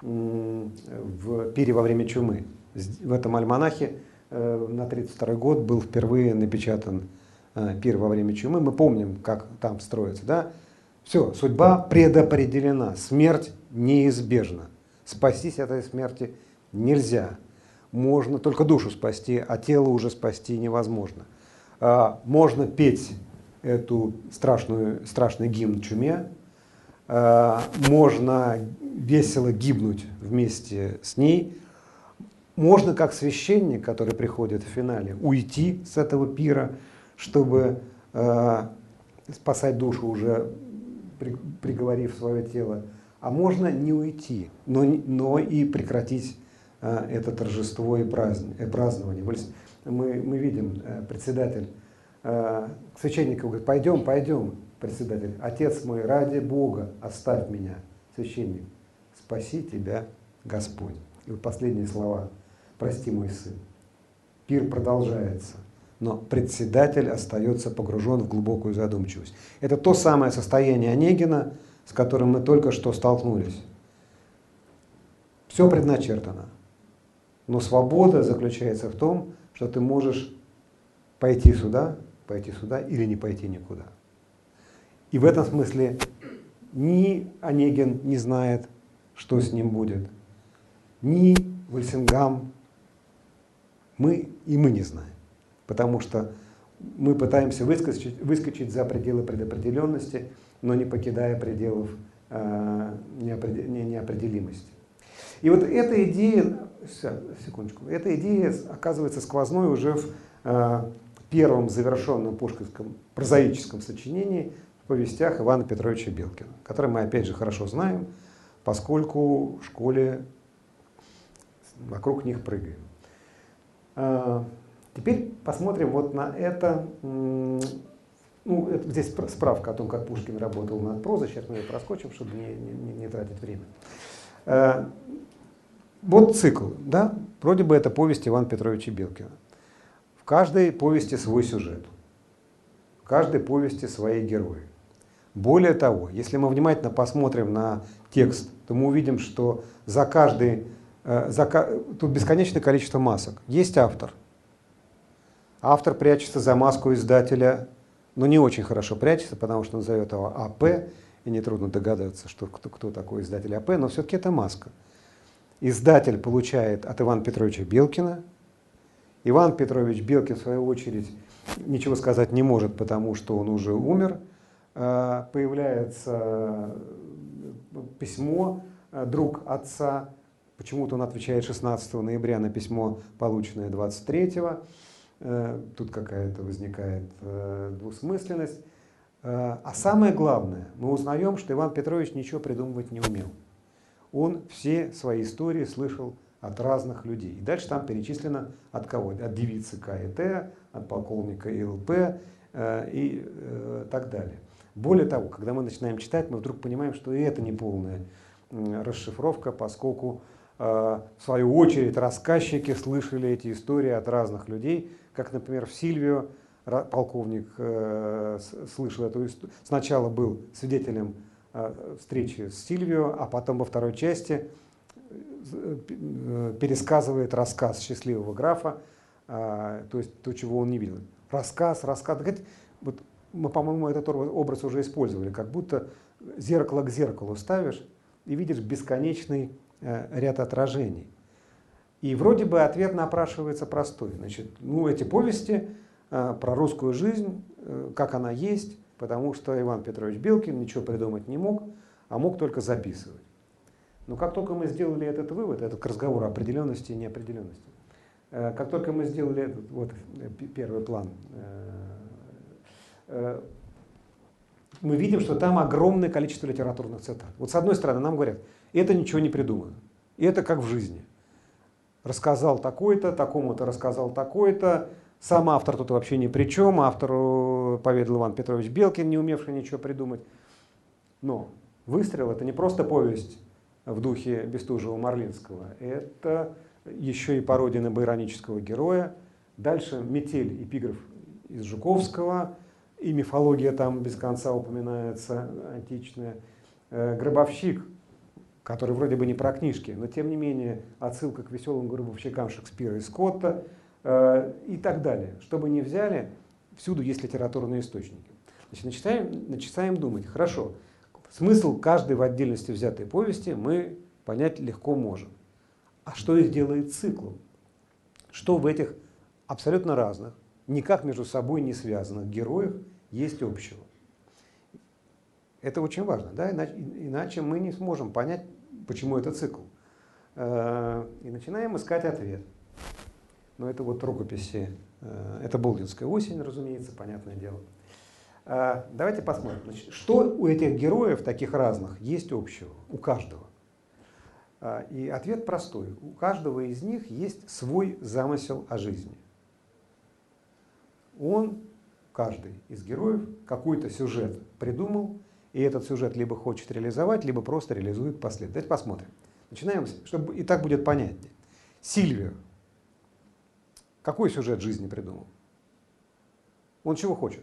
B: в «Пире во время чумы». В этом альманахе на тридцать второй год был впервые напечатан «Пир во время чумы». Мы помним, как там строится, да? Все, судьба предопределена, смерть неизбежна. Спастись от этой смерти нельзя. Можно только душу спасти, а тело уже спасти невозможно. Можно петь эту страшную, страшный гимн чуме, можно весело гибнуть вместе с ней, можно, как священник, который приходит в финале, уйти с этого пира, чтобы спасать душу, уже приговорив свое тело, а можно не уйти, но, но и прекратить э, это торжество и праздн, э, празднование. Мы, мы видим, э, председатель э, к священнику говорит: пойдем, пойдем, председатель, отец мой, ради Бога, оставь меня, священник, спаси тебя Господь. И вот последние слова: прости, мой сын. Пир продолжается, но председатель остается погружен в глубокую задумчивость. Это то самое состояние Онегина, с которым мы только что столкнулись. Все предначертано. Но свобода заключается в том, что ты можешь пойти сюда, пойти сюда или не пойти никуда. И в этом смысле ни Онегин не знает, что с ним будет, ни Вальсингам, мы и мы не знаем. Потому что мы пытаемся выскочить, выскочить за пределы предопределенности, но не покидая пределов э, неопределимости. И вот эта идея, секундочку, эта идея оказывается сквозной уже в э, первом завершенном пушкинском прозаическом сочинении, в повестях Ивана Петровича Белкина, который мы опять же хорошо знаем, поскольку в школе вокруг них прыгаем. Э, теперь посмотрим вот на это. Ну, это, здесь справка о том, как Пушкин работал над прозой. Сейчас мы ее проскочим, чтобы не, не, не тратить время. Э, вот цикл, да? Вроде бы это повесть Ивана Петровича Белкина. В каждой повести свой сюжет. В каждой повести свои герои. Более того, если мы внимательно посмотрим на текст, то мы увидим, что за каждый, э, за, тут бесконечное количество масок. Есть автор. Автор прячется за маску издателя, но не очень хорошо прячется, потому что он зовет его АП, и нетрудно догадаться, что, кто, кто такой издатель АП, но все-таки это маска. Издатель получает от Ивана Петровича Белкина. Иван Петрович Белкин, в свою очередь, ничего сказать не может, потому что он уже умер. Появляется письмо, друг отца, почему-то он отвечает шестнадцатого ноября на письмо, полученное двадцать третьего. Тут какая-то возникает двусмысленность. А самое главное, мы узнаем, что Иван Петрович ничего придумывать не умел. Он все свои истории слышал от разных людей. И дальше там перечислено от кого? От девицы К и Т, от полковника И Л П э, и э, так далее. Более того, когда мы начинаем читать, мы вдруг понимаем, что и это не полная э, расшифровка, поскольку э, в свою очередь рассказчики слышали эти истории от разных людей, как, например, в Сильвио полковник э, слышал эту историю. Сначала был свидетелем э, встречи с Сильвио, а потом во второй части пересказывает рассказ счастливого графа, э, то есть то, чего он не видел. Рассказ, рассказ. Вот мы, по-моему, этот образ уже использовали, как будто зеркало к зеркалу ставишь и видишь бесконечный э, ряд отражений. И вроде бы ответ напрашивается простой. Значит, ну, эти повести про русскую жизнь, как она есть, потому что Иван Петрович Белкин ничего придумать не мог, а мог только записывать. Но как только мы сделали этот вывод, это к разговору о определенности и неопределенности, как только мы сделали этот вот первый план, мы видим, что там огромное количество литературных цитат. Вот с одной стороны нам говорят, это ничего не придумано, и это как в жизни. Рассказал такой-то, такому-то рассказал такой-то, сам автор тут вообще ни при чем, автору поведал Иван Петрович Белкин, не умевший ничего придумать. Но «Выстрел» — это не просто повесть в духе Бестужева-Марлинского, это еще и пародия на байронического героя. Дальше «Метель», эпиграф из Жуковского, и мифология там без конца упоминается, античная. «Гробовщик», который вроде бы не про книжки, но тем не менее отсылка к «Веселым гробовщикам» Шекспира и Скотта, и так далее. Что бы ни взяли, всюду есть литературные источники. Значит, начинаем, начинаем думать, хорошо, смысл каждой в отдельности взятой повести мы понять легко можем. А что их делает циклом? Что в этих абсолютно разных, никак между собой не связанных героях есть общего? Это очень важно, да? Иначе, иначе мы не сможем понять, почему это цикл. И начинаем искать ответ. Но это вот рукописи, это Болдинская осень, разумеется, понятное дело. Давайте посмотрим, значит, что у этих героев, таких разных, есть общего, у каждого. И ответ простой. У каждого из них есть свой замысел о жизни. Он, каждый из героев, какой-то сюжет придумал, и этот сюжет либо хочет реализовать, либо просто реализует последствия. Давайте посмотрим. Начинаем, чтобы и так будет понятнее. Сильвио. Какой сюжет жизни придумал? Он чего хочет?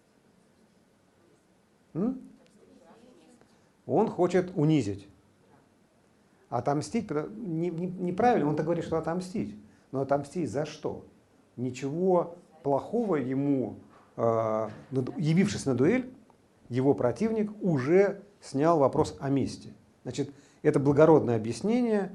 B: М? Он хочет унизить. Отомстить не, не, неправильно, он так говорит, что отомстить. Но отомстить за что? Ничего плохого ему, э, явившись на дуэль, его противник уже снял вопрос о мести. Значит, это благородное объяснение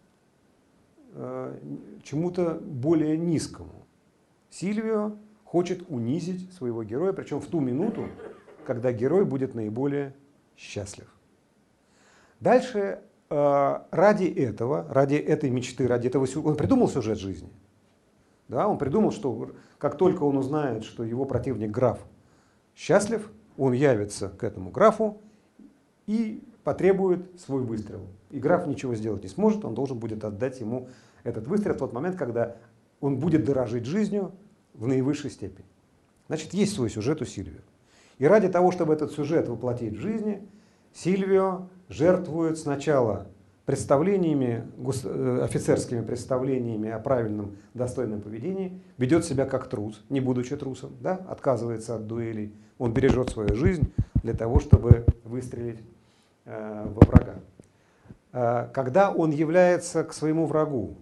B: э, чему-то более низкому. Сильвио хочет унизить своего героя, причем в ту минуту, когда герой будет наиболее счастлив. Дальше э, ради этого, ради этой мечты, ради этого он придумал сюжет жизни. Да, он придумал, что как только он узнает, что его противник граф счастлив, он явится к этому графу и потребует свой выстрел. И граф ничего сделать не сможет, он должен будет отдать ему этот выстрел в тот момент, когда он будет дорожить жизнью в наивысшей степени. Значит, есть свой сюжет у Сильвио. И ради того, чтобы этот сюжет воплотить в жизни, Сильвио жертвует сначала представлениями, офицерскими представлениями о правильном, достойном поведении, ведет себя как трус, не будучи трусом, да, отказывается от дуэлей, он бережет свою жизнь для того, чтобы выстрелить э, во врага. Э, когда он является к своему врагу,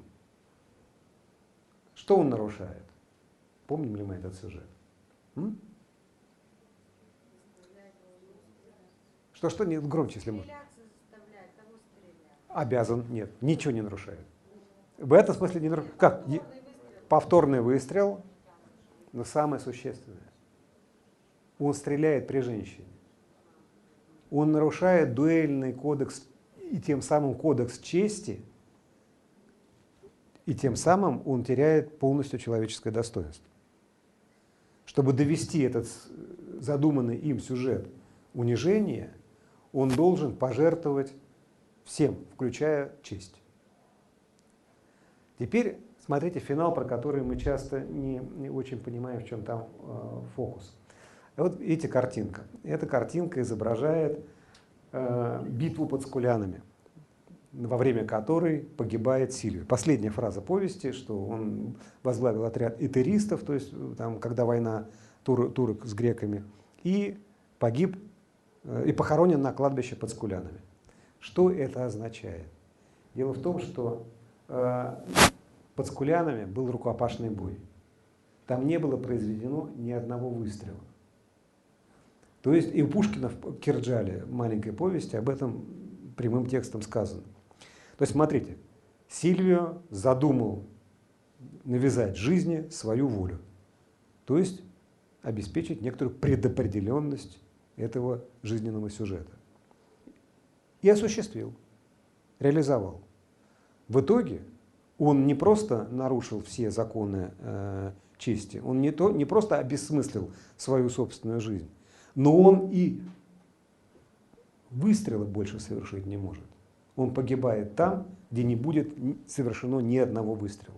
B: что он нарушает? Помним ли мы этот сюжет? М? Что, что? Нет, громче, если можно. Обязан, нет, ничего не нарушает. В этом смысле не нарушает. Как? Повторный выстрел, но самое существенное. Он стреляет при женщине. Он нарушает дуэльный кодекс и тем самым кодекс чести, и тем самым он теряет полностью человеческое достоинство. Чтобы довести этот задуманный им сюжет унижения, он должен пожертвовать всем, включая честь. Теперь смотрите финал, про который мы часто не, не очень понимаем, в чем там э, фокус. Вот видите картинка. Эта картинка изображает э, битву под Скулянами, во время которой погибает Сильвий. Последняя фраза повести, что он возглавил отряд итеристов, то есть там, когда война тур, турок с греками, и погиб э, и похоронен на кладбище под Скулянами. Что это означает? Дело в том, что э, под Скулянами был рукопашный бой. Там не было произведено ни одного выстрела. То есть и у Пушкина в Кирджале, маленькой повести, об этом прямым текстом сказано. То есть смотрите, Сильвио задумал навязать жизни свою волю. То есть обеспечить некоторую предопределенность этого жизненного сюжета. И осуществил, реализовал. В итоге он не просто нарушил все законы э, чести, он не, то, не просто обессмыслил свою собственную жизнь, но он и выстрела больше совершить не может. Он погибает там, где не будет совершено ни одного выстрела.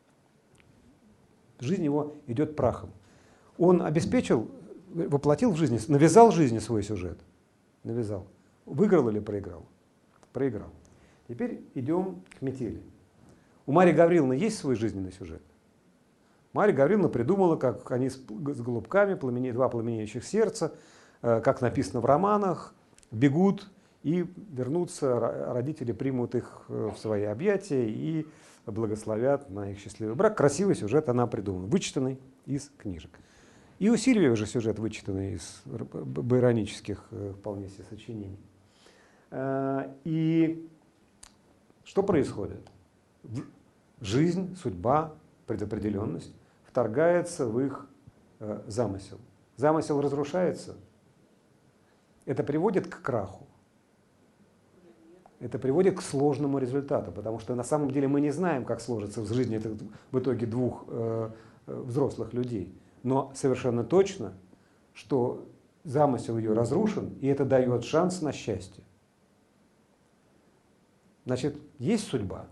B: Жизнь его идет прахом. Он обеспечил, воплотил в жизни, навязал жизни свой сюжет. Навязал. Выиграл или проиграл? Проиграл. Теперь идем к метели. У Марьи Гавриловны есть свой жизненный сюжет? Марья Гавриловна придумала, как они с голубками, пламени, два пламенеющих сердца, как написано в романах, бегут и вернутся, родители примут их в свои объятия и благословят на их счастливый брак. Красивый сюжет она придумала, вычитанный из книжек. И у Сильвия уже сюжет вычитанный из байронических вполне себе сочинений. И что происходит? Жизнь, судьба, предопределенность вторгается в их замысел. Замысел разрушается. Это приводит к краху. Это приводит к сложному результату, потому что на самом деле мы не знаем, как сложится в жизни это в итоге двух э, взрослых людей. Но совершенно точно, что замысел ее разрушен, и это дает шанс на счастье. Значит, есть судьба?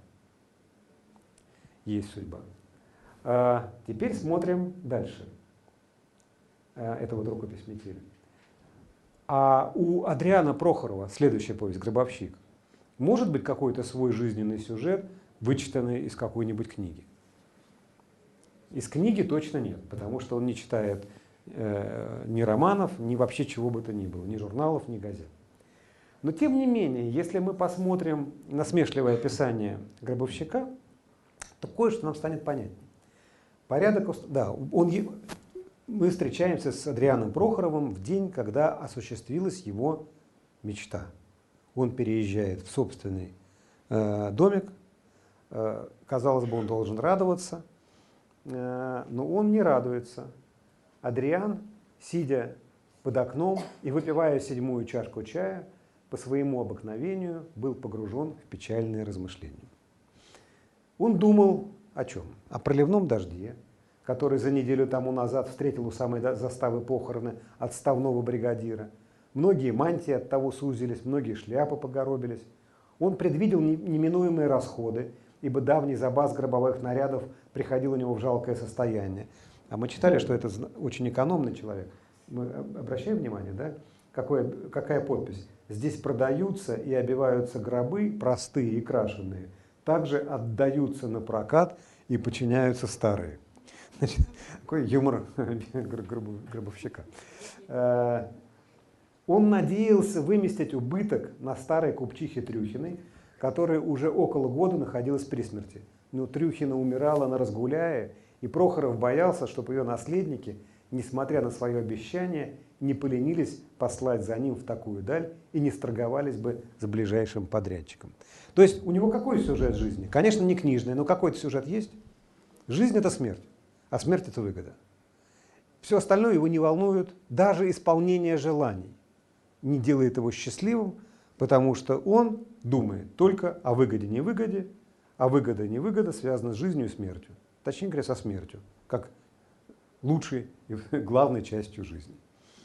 B: Есть судьба. А теперь смотрим дальше. А, это вот рукопись метели. А у Адриана Прохорова, следующая повесть «Гробовщик», может быть какой-то свой жизненный сюжет, вычитанный из какой-нибудь книги? Из книги точно нет, потому что он не читает э, ни романов, ни вообще чего бы то ни было, ни журналов, ни газет. Но тем не менее, если мы посмотрим насмешливое описание Гробовщика, то кое-что нам станет понятнее. Порядок, да, он, мы встречаемся с Адрианом Прохоровым в день, когда осуществилась его мечта. Он переезжает в собственный э, домик. Э, казалось бы, он должен радоваться, э, но он не радуется. Адриан, сидя под окном и выпивая седьмую чашку чая, по своему обыкновению был погружен в печальные размышления. Он думал о чем? О проливном дожде, который за неделю тому назад встретил у самой заставы похороны отставного бригадира. Многие мантии от того сузились, многие шляпы погоробились. Он предвидел неминуемые расходы, ибо давний запас гробовых нарядов приходил у него в жалкое состояние. А мы читали, что это очень экономный человек. Мы обращаем внимание, да? Какое, какая подпись? Здесь продаются и обиваются гробы, простые и крашеные. Также отдаются на прокат и подчиняются старые. Значит, такой юмор гробовщика. Он надеялся выместить убыток на старой купчихе Трюхиной, которая уже около года находилась при смерти. Но Трюхина умирала на разгуляе, и Прохоров боялся, чтобы ее наследники, несмотря на свое обещание, не поленились послать за ним в такую даль и не сторговались бы с ближайшим подрядчиком. То есть у него какой сюжет жизни? Конечно, не книжный, но какой-то сюжет есть. Жизнь — это смерть, а смерть — это выгода. Все остальное его не волнует, даже исполнение желаний не делает его счастливым, потому что он думает только о выгоде-невыгоде, а выгода-невыгода связана с жизнью и смертью. Точнее говоря, со смертью, как лучшей и главной частью жизни.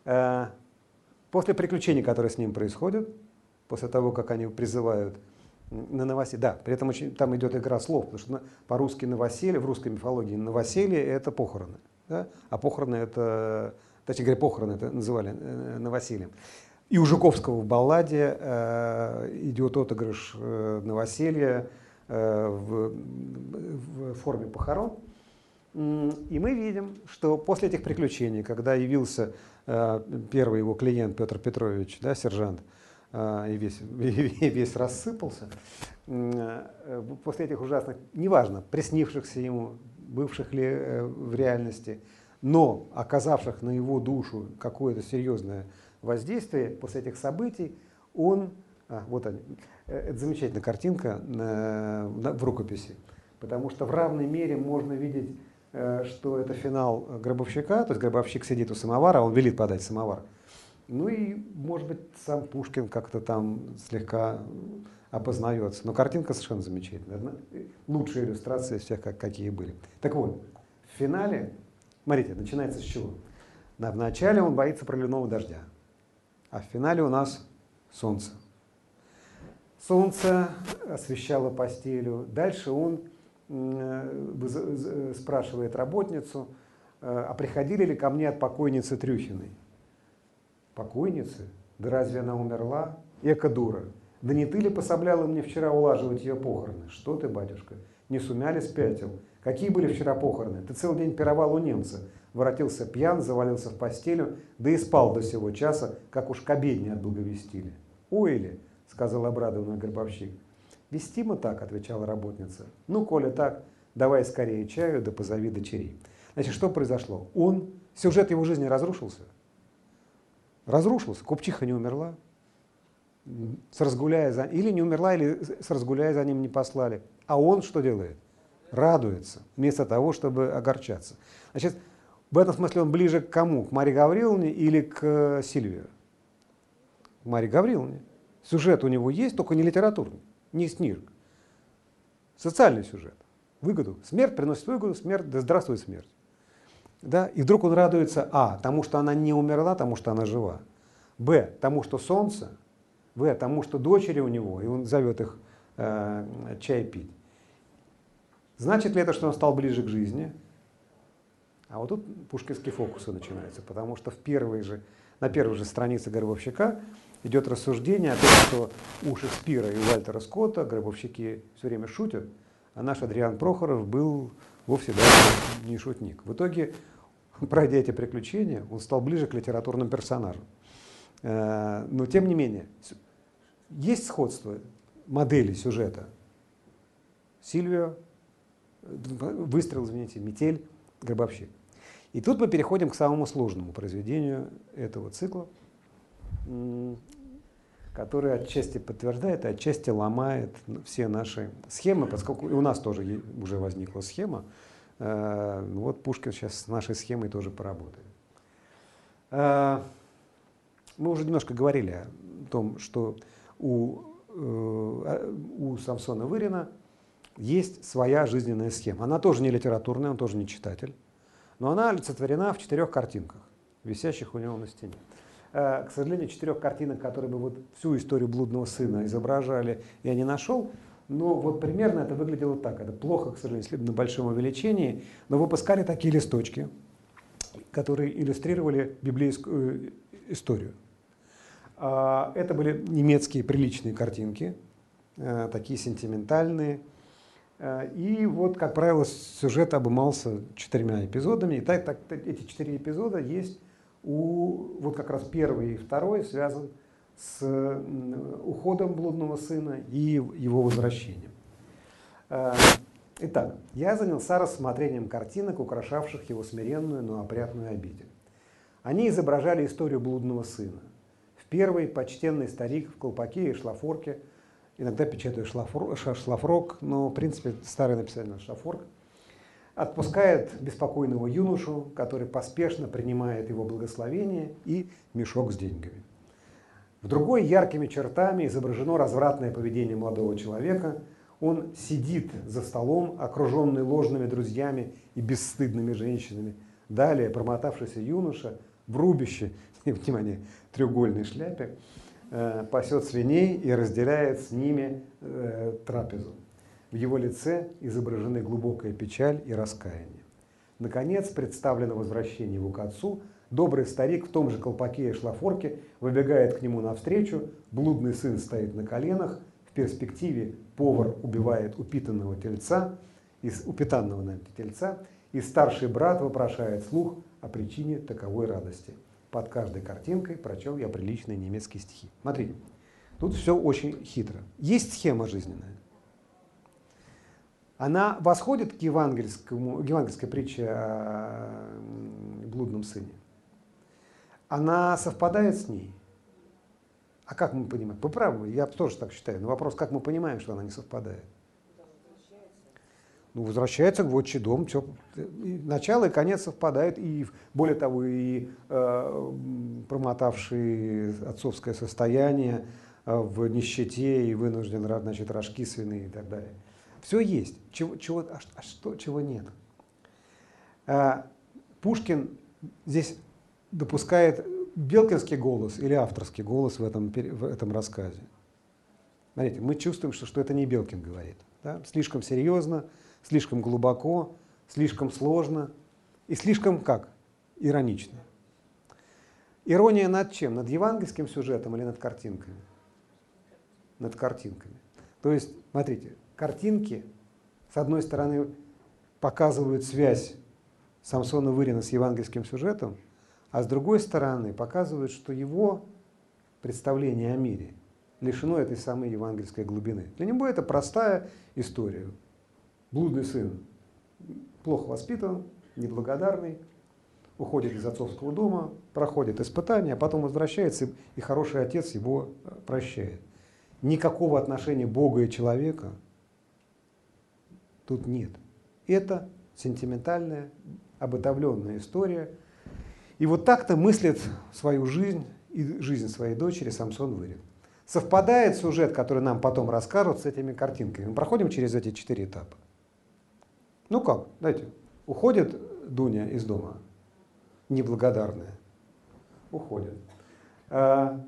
B: Э, после приключений, которые с ним происходят, после того, как они призывают на новоселье, да, при этом очень, там идет игра слов, потому что на, по-русски новоселье, в русской мифологии новоселье — это похороны, да? А похороны — это, точнее говоря, похороны это называли э, новосельем. И у Жуковского в балладе э, идет отыгрыш э, новоселья э, в, в форме похорон. И мы видим, что после этих приключений, когда явился э, первый его клиент Петр Петрович, да, сержант, э, и весь, и весь рассыпался, э, после этих ужасных, неважно, приснившихся ему, бывших ли э, в реальности, но оказавших на его душу какое-то серьезное воздействие, после этих событий он, а, вот они, это замечательная картинка на, на, в рукописи, потому что в равной мере можно видеть, что это финал гробовщика, то есть гробовщик сидит у самовара, он велит подать самовар. Ну и, может быть, сам Пушкин как-то там слегка опознается. Но картинка совершенно замечательная. Одна, лучшая иллюстрация из всех, как, какие были. Так вот, в финале, смотрите, начинается с чего? В начале он боится проливного дождя, а в финале у нас солнце. Солнце освещало постелю. Дальше он спрашивает работницу, а приходили ли ко мне от покойницы Трюхиной? Покойницы? Да разве она умерла? Эка дура. Да не ты ли пособляла мне вчера улаживать ее похороны? Что ты, батюшка, не сумяли, спятил? Какие были вчера похороны? Ты целый день пировал у немца, воротился пьян, завалился в постелю, да и спал до сего часа, как уж к обедне отблаговестили. Ой ли, сказал обрадованный гробовщик. «Вестимо так», — отвечала работница. «Ну, коли так, давай скорее чаю, да позови дочерей». Значит, что произошло? Он, сюжет его жизни разрушился. Разрушился. Купчиха не умерла. С разгуляя за... Или не умерла, или с разгуляя за ним не послали. А он что делает? Радуется, вместо того, чтобы огорчаться. Значит, в этом смысле он ближе к кому? К Марье Гавриловне или к Сильвию? К Марье Гавриловне. Сюжет у него есть, только не литературный. Не снижен. Социальный сюжет. Выгоду. Смерть приносит выгоду, смерть, да здравствует смерть. Да? И вдруг он радуется, а, тому, что она не умерла, тому, что она жива. Б, тому, что солнце. В, тому, что дочери у него, и он зовет их э, чай пить. Значит ли это, что он стал ближе к жизни? А вот тут пушкинские фокусы начинаются, потому что в первой же, на первой же странице «Гробовщика» идет рассуждение о том, что у Шекспира и у Вальтера Скотта гробовщики все время шутят, а наш Адриан Прохоров был вовсе даже не шутник. В итоге, пройдя эти приключения, он стал ближе к литературным персонажам. Но тем не менее, есть сходство модели сюжета. Сильвио, выстрел, извините, метель, гробовщик. И тут мы переходим к самому сложному произведению этого цикла, который отчасти подтверждает, а отчасти ломает все наши схемы, поскольку и у нас тоже уже возникла схема. Вот Пушкин сейчас с нашей схемой тоже поработает. Мы уже немножко говорили о том, что у, у Самсона Вырина есть своя жизненная схема. Она тоже не литературная, он тоже не читатель, но она олицетворена в четырех картинках, висящих у него на стене. К сожалению, четырех картинок, которые бы вот всю историю блудного сына изображали, я не нашел. Но вот примерно это выглядело так. Это плохо, к сожалению, если на большом увеличении, но выпускали такие листочки, которые иллюстрировали библейскую историю. Это были немецкие приличные картинки, такие сентиментальные. И вот, как правило, сюжет обымался четырьмя эпизодами. И так, так, эти четыре эпизода есть у, вот как раз первый и второй связан с уходом блудного сына и его возвращением. Итак, я занялся рассмотрением картинок, украшавших его смиренную, но опрятную обитель. Они изображали историю блудного сына. В первой почтенный старик в колпаке и шлафорке, иногда печатаю шлафор, шлафрок, но в принципе старое написание шлафорк, отпускает беспокойного юношу, который поспешно принимает его благословение и мешок с деньгами. В другой яркими чертами изображено развратное поведение молодого человека. Он сидит за столом, окруженный ложными друзьями и бесстыдными женщинами. Далее промотавшийся юноша в рубище, внимание, треугольной шляпе, э, пасет свиней и разделяет с ними э, трапезу. В его лице изображены глубокая печаль и раскаяние. Наконец, представлено возвращение его к отцу. Добрый старик в том же колпаке и шлафорке выбегает к нему навстречу, блудный сын стоит на коленах, в перспективе повар убивает упитанного тельца, из упитанного наверное, тельца, и старший брат вопрошает вслух о причине таковой радости. Под каждой картинкой прочел я приличные немецкие стихи. Смотрите, тут все очень хитро. Есть схема жизненная. Она восходит к евангельскому, евангельской притче о блудном сыне. Она совпадает с ней. А как мы понимаем? Вы правы, я тоже так считаю. Но вопрос, как мы понимаем, что она не совпадает? Ну, возвращается в отчий дом. Все, и начало и конец совпадают. И, более того, и э, промотавший отцовское состояние э, в нищете и вынужден, значит, рожки свиные и так далее. Все есть. Чего, чего, а, а что, чего нет? А, Пушкин здесь допускает белкинский голос или авторский голос в этом, в этом рассказе. Смотрите, мы чувствуем, что, что это не Белкин говорит. Да? Слишком серьезно, слишком глубоко, слишком сложно и слишком как? Иронично. Ирония над чем? Над евангельским сюжетом или над картинками? Над картинками. То есть, смотрите, картинки, с одной стороны, показывают связь Самсона Вырина с евангельским сюжетом, а с другой стороны показывают, что его представление о мире лишено этой самой евангельской глубины. Для него это простая история. Блудный сын плохо воспитан, неблагодарный, уходит из отцовского дома, проходит испытания, а потом возвращается, и хороший отец его прощает. Никакого отношения Бога и человека тут нет. Это сентиментальная, обытовленная история. И вот так-то мыслит свою жизнь и жизнь своей дочери Самсон Вырин. Совпадает сюжет, который нам потом расскажут, с этими картинками. Мы проходим через эти четыре этапа. Ну как, знаете, уходит Дуня из дома, неблагодарная, уходит. А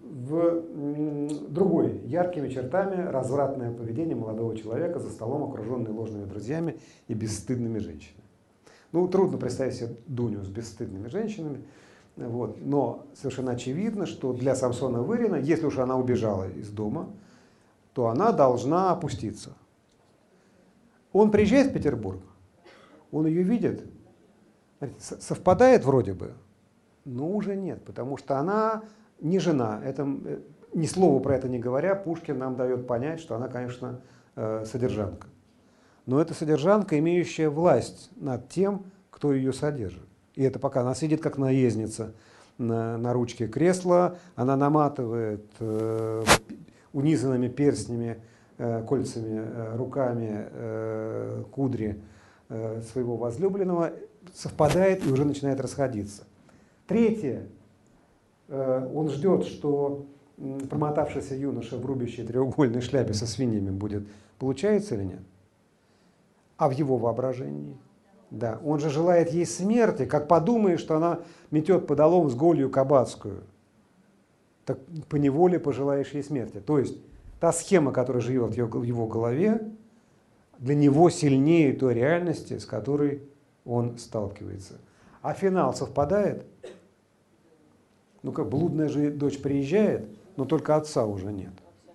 B: в другой, яркими чертами, развратное поведение молодого человека за столом, окруженный ложными друзьями и бесстыдными женщинами. Ну, трудно представить себе Дуню с бесстыдными женщинами, вот. Но совершенно очевидно, что для Самсона Вырина, если уж она убежала из дома, то она должна опуститься. Он приезжает в Петербург, он ее видит, совпадает вроде бы, но уже нет, потому что она не жена. Это, ни слова про это не говоря, Пушкин нам дает понять, что она, конечно, содержанка. Но это содержанка, имеющая власть над тем, кто ее содержит. И это пока она сидит как наездница на, на ручке кресла, она наматывает э, унизанными перстнями, э, кольцами, э, руками э, кудри э, своего возлюбленного, совпадает и уже начинает расходиться. Третье. Э, он ждет, что э, промотавшийся юноша в рубящей треугольной шляпе со свиньями будет. Получается или нет? А в его воображении? Да, он же желает ей смерти, как подумаешь, что она метет подолом с голью кабацкую, так поневоле пожелаешь ей смерти. То есть та схема, которая живет в его голове, для него сильнее той реальности, с которой он сталкивается. А финал совпадает? Ну как, блудная же дочь приезжает, но только отца уже нет.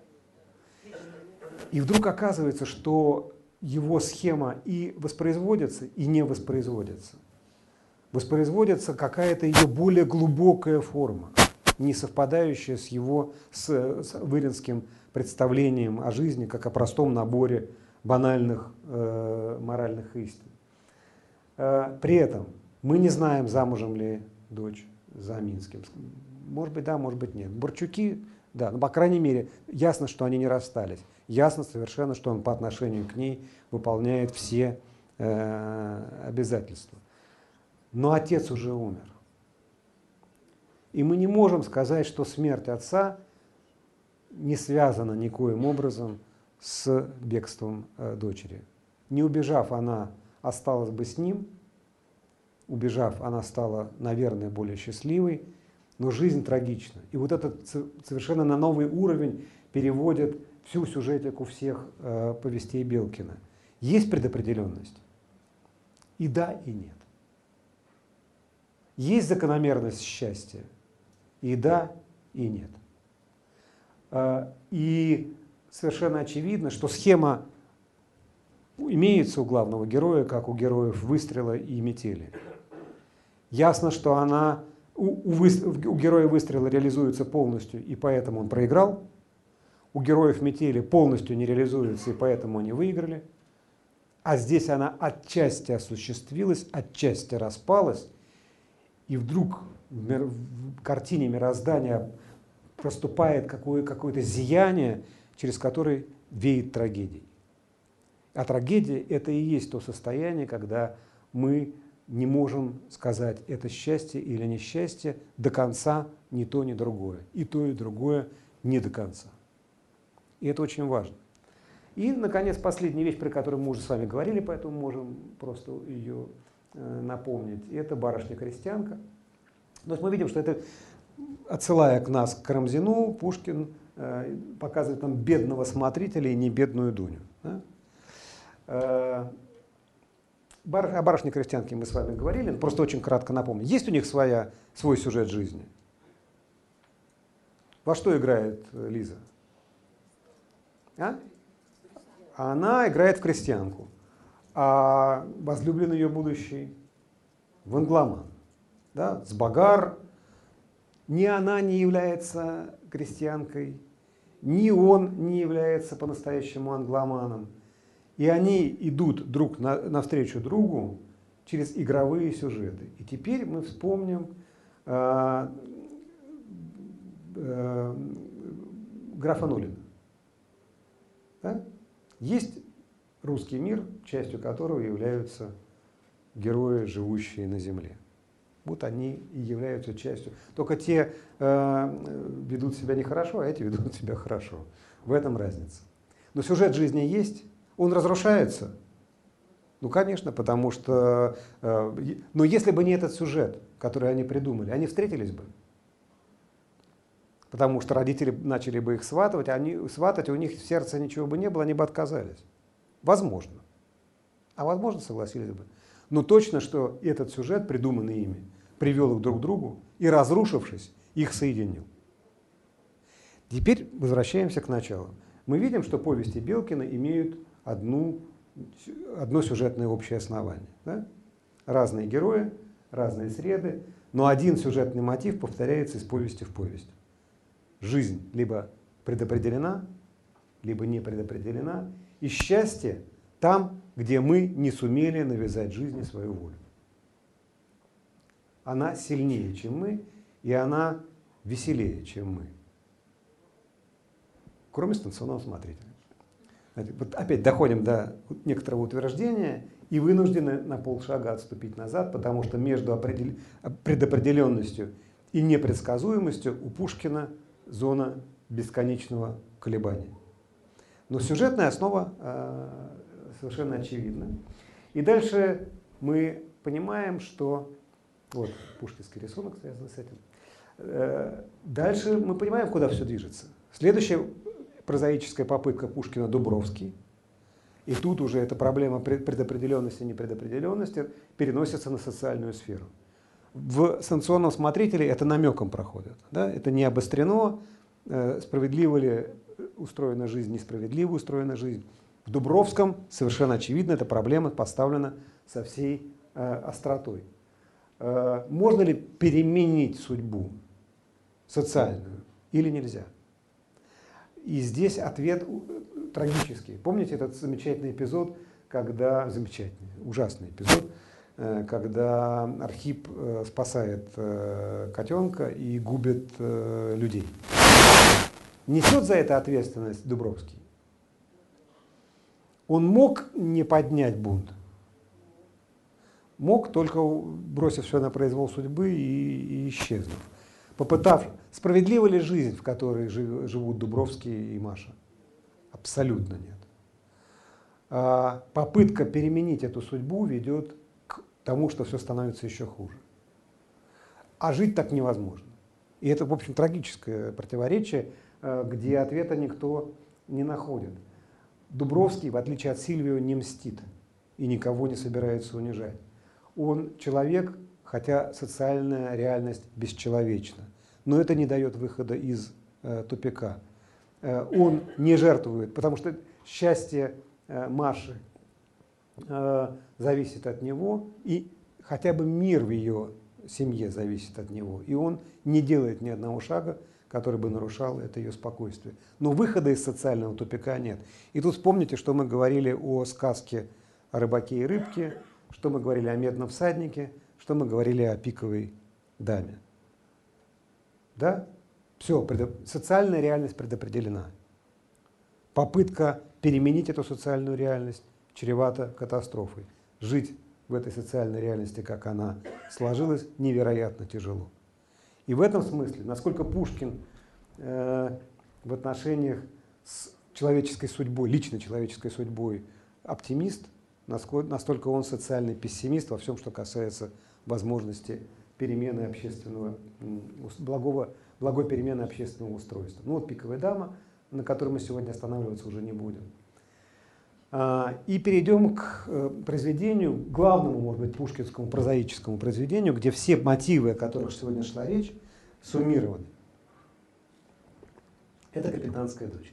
B: И вдруг оказывается, что его схема и воспроизводится, и не воспроизводится. Воспроизводится какая-то ее более глубокая форма, не совпадающая с его, с, с выринским представлением о жизни, как о простом наборе банальных э, моральных истин. Э, при этом мы не знаем, замужем ли дочь за Минским. Может быть, да, может быть, нет. Борчуки, да, но, по крайней мере, ясно, что они не расстались. Ясно совершенно, что он по отношению к ней выполняет все э, обязательства. Но отец уже умер. И мы не можем сказать, что смерть отца не связана никоим образом с бегством э, дочери. Не убежав, она осталась бы с ним, убежав, она стала, наверное, более счастливой, но жизнь трагична. И вот этот совершенно на новый уровень переводит всю сюжетику всех э, повестей Белкина. Есть предопределенность? И да, и нет. Есть закономерность счастья? И да, и нет. Э, и совершенно очевидно, что схема имеется у главного героя, как у героев «Выстрела» и «Метели». Ясно, что она у, у, у героя «Выстрела» реализуется полностью, и поэтому он проиграл. У героев «Метели» полностью не реализуется, и поэтому они выиграли. А здесь она отчасти осуществилась, отчасти распалась, и вдруг в, мир, в картине мироздания проступает какое, какое-то зияние, через которое веет трагедией. А трагедия – это и есть то состояние, когда мы не можем сказать, это счастье или несчастье, до конца ни то, ни другое. И то, и другое не до конца. И это очень важно. И, наконец, последняя вещь, про которую мы уже с вами говорили, поэтому можем просто ее э, напомнить, это «Барышня-крестьянка». То есть мы видим, что это, отсылая к нас к Карамзину, Пушкин э, показывает нам бедного смотрителя и не бедную Дуню. Да? Э, Бар, о «Барышне-крестьянке» мы с вами говорили, просто очень кратко напомню. Есть у них своя, свой сюжет жизни? Во что играет Лиза? А? Она играет в крестьянку, а возлюбленный ее будущий в англоман. Да? Сбагар. Ни она не является крестьянкой, ни он не является по-настоящему англоманом. И они идут друг на, навстречу другу через игровые сюжеты. И теперь мы вспомним э, э, графа Нулина. Да? Есть русский мир, частью которого являются герои, живущие на земле. Вот они и являются частью. Только те э, ведут себя нехорошо, а эти ведут себя хорошо. В этом разница. Но сюжет жизни есть. Он разрушается? Ну, конечно, потому что... Э, но если бы не этот сюжет, который они придумали, они встретились бы. Потому что родители начали бы их сватывать, а они, сватать, у них в сердце ничего бы не было, они бы отказались. Возможно. А возможно, согласились бы. Но точно, что этот сюжет, придуманный ими, привел их друг к другу и, разрушившись, их соединил. Теперь возвращаемся к началу. Мы видим, что повести Белкина имеют одну, одно сюжетное общее основание. Да? Разные герои, разные среды, но один сюжетный мотив повторяется из повести в повесть. Жизнь либо предопределена, либо не предопределена, и счастье там, где мы не сумели навязать жизни свою волю. Она сильнее, чем мы, и она веселее, чем мы. Кроме станционного смотрителя. Вот опять доходим до некоторого утверждения и вынуждены на полшага отступить назад, потому что между определ... предопределенностью и непредсказуемостью у Пушкина зона бесконечного колебания. Но сюжетная основа э, совершенно очевидна. И дальше мы понимаем, что... Вот пушкинский рисунок связан с этим. Э, дальше мы понимаем, куда все движется. Следующая прозаическая попытка Пушкина — Дубровский. И тут уже эта проблема предопределенности и непредопределенности переносится на социальную сферу. В станционном смотрителе это намеком проходит. Да? Это не обострено, э, справедливо ли устроена жизнь, несправедливо устроена жизнь. В Дубровском совершенно очевидно эта проблема поставлена со всей э, остротой. Э, можно ли переменить судьбу социальную или нельзя? И здесь ответ трагический. Помните этот замечательный эпизод, когда... Замечательный, ужасный эпизод, когда Архип спасает котенка и губит людей. Несет за это ответственность Дубровский? Он мог не поднять бунт. Мог, только бросив все на произвол судьбы и, и исчезнув. Попытав, справедлива ли жизнь, в которой живут Дубровский и Маша? Абсолютно нет. А попытка переменить эту судьбу ведет к тому, что все становится еще хуже. А жить так невозможно. И это, в общем, трагическое противоречие, где ответа никто не находит. Дубровский, в отличие от Сильвио, не мстит и никого не собирается унижать. Он человек, хотя социальная реальность бесчеловечна, но это не дает выхода из э, тупика. Э, он не жертвует, потому что счастье э, Маши э, зависит от него, и хотя бы мир в ее семье зависит от него. И он не делает ни одного шага, который бы нарушал это ее спокойствие. Но выхода из социального тупика нет. И тут вспомните, что мы говорили о сказке о рыбаке и рыбке, что мы говорили о медном всаднике, что мы говорили о пиковой даме. Да? Все, предоп... социальная реальность предопределена. Попытка переменить эту социальную реальность чревата катастрофой. Жить в этой социальной реальности, как она сложилась, невероятно тяжело. И в этом смысле, насколько Пушкин э, в отношениях с человеческой судьбой, личной человеческой судьбой оптимист, насколько, настолько он социальный пессимист во всем, что касается возможности перемены общественного, благого, благой перемены общественного устройства. Ну вот «Пиковая дама», на которой мы сегодня останавливаться уже не будем. И перейдем к произведению, главному, может быть, пушкинскому прозаическому произведению, где все мотивы, о которых сегодня шла речь, суммированы. Это «Капитанская дочка».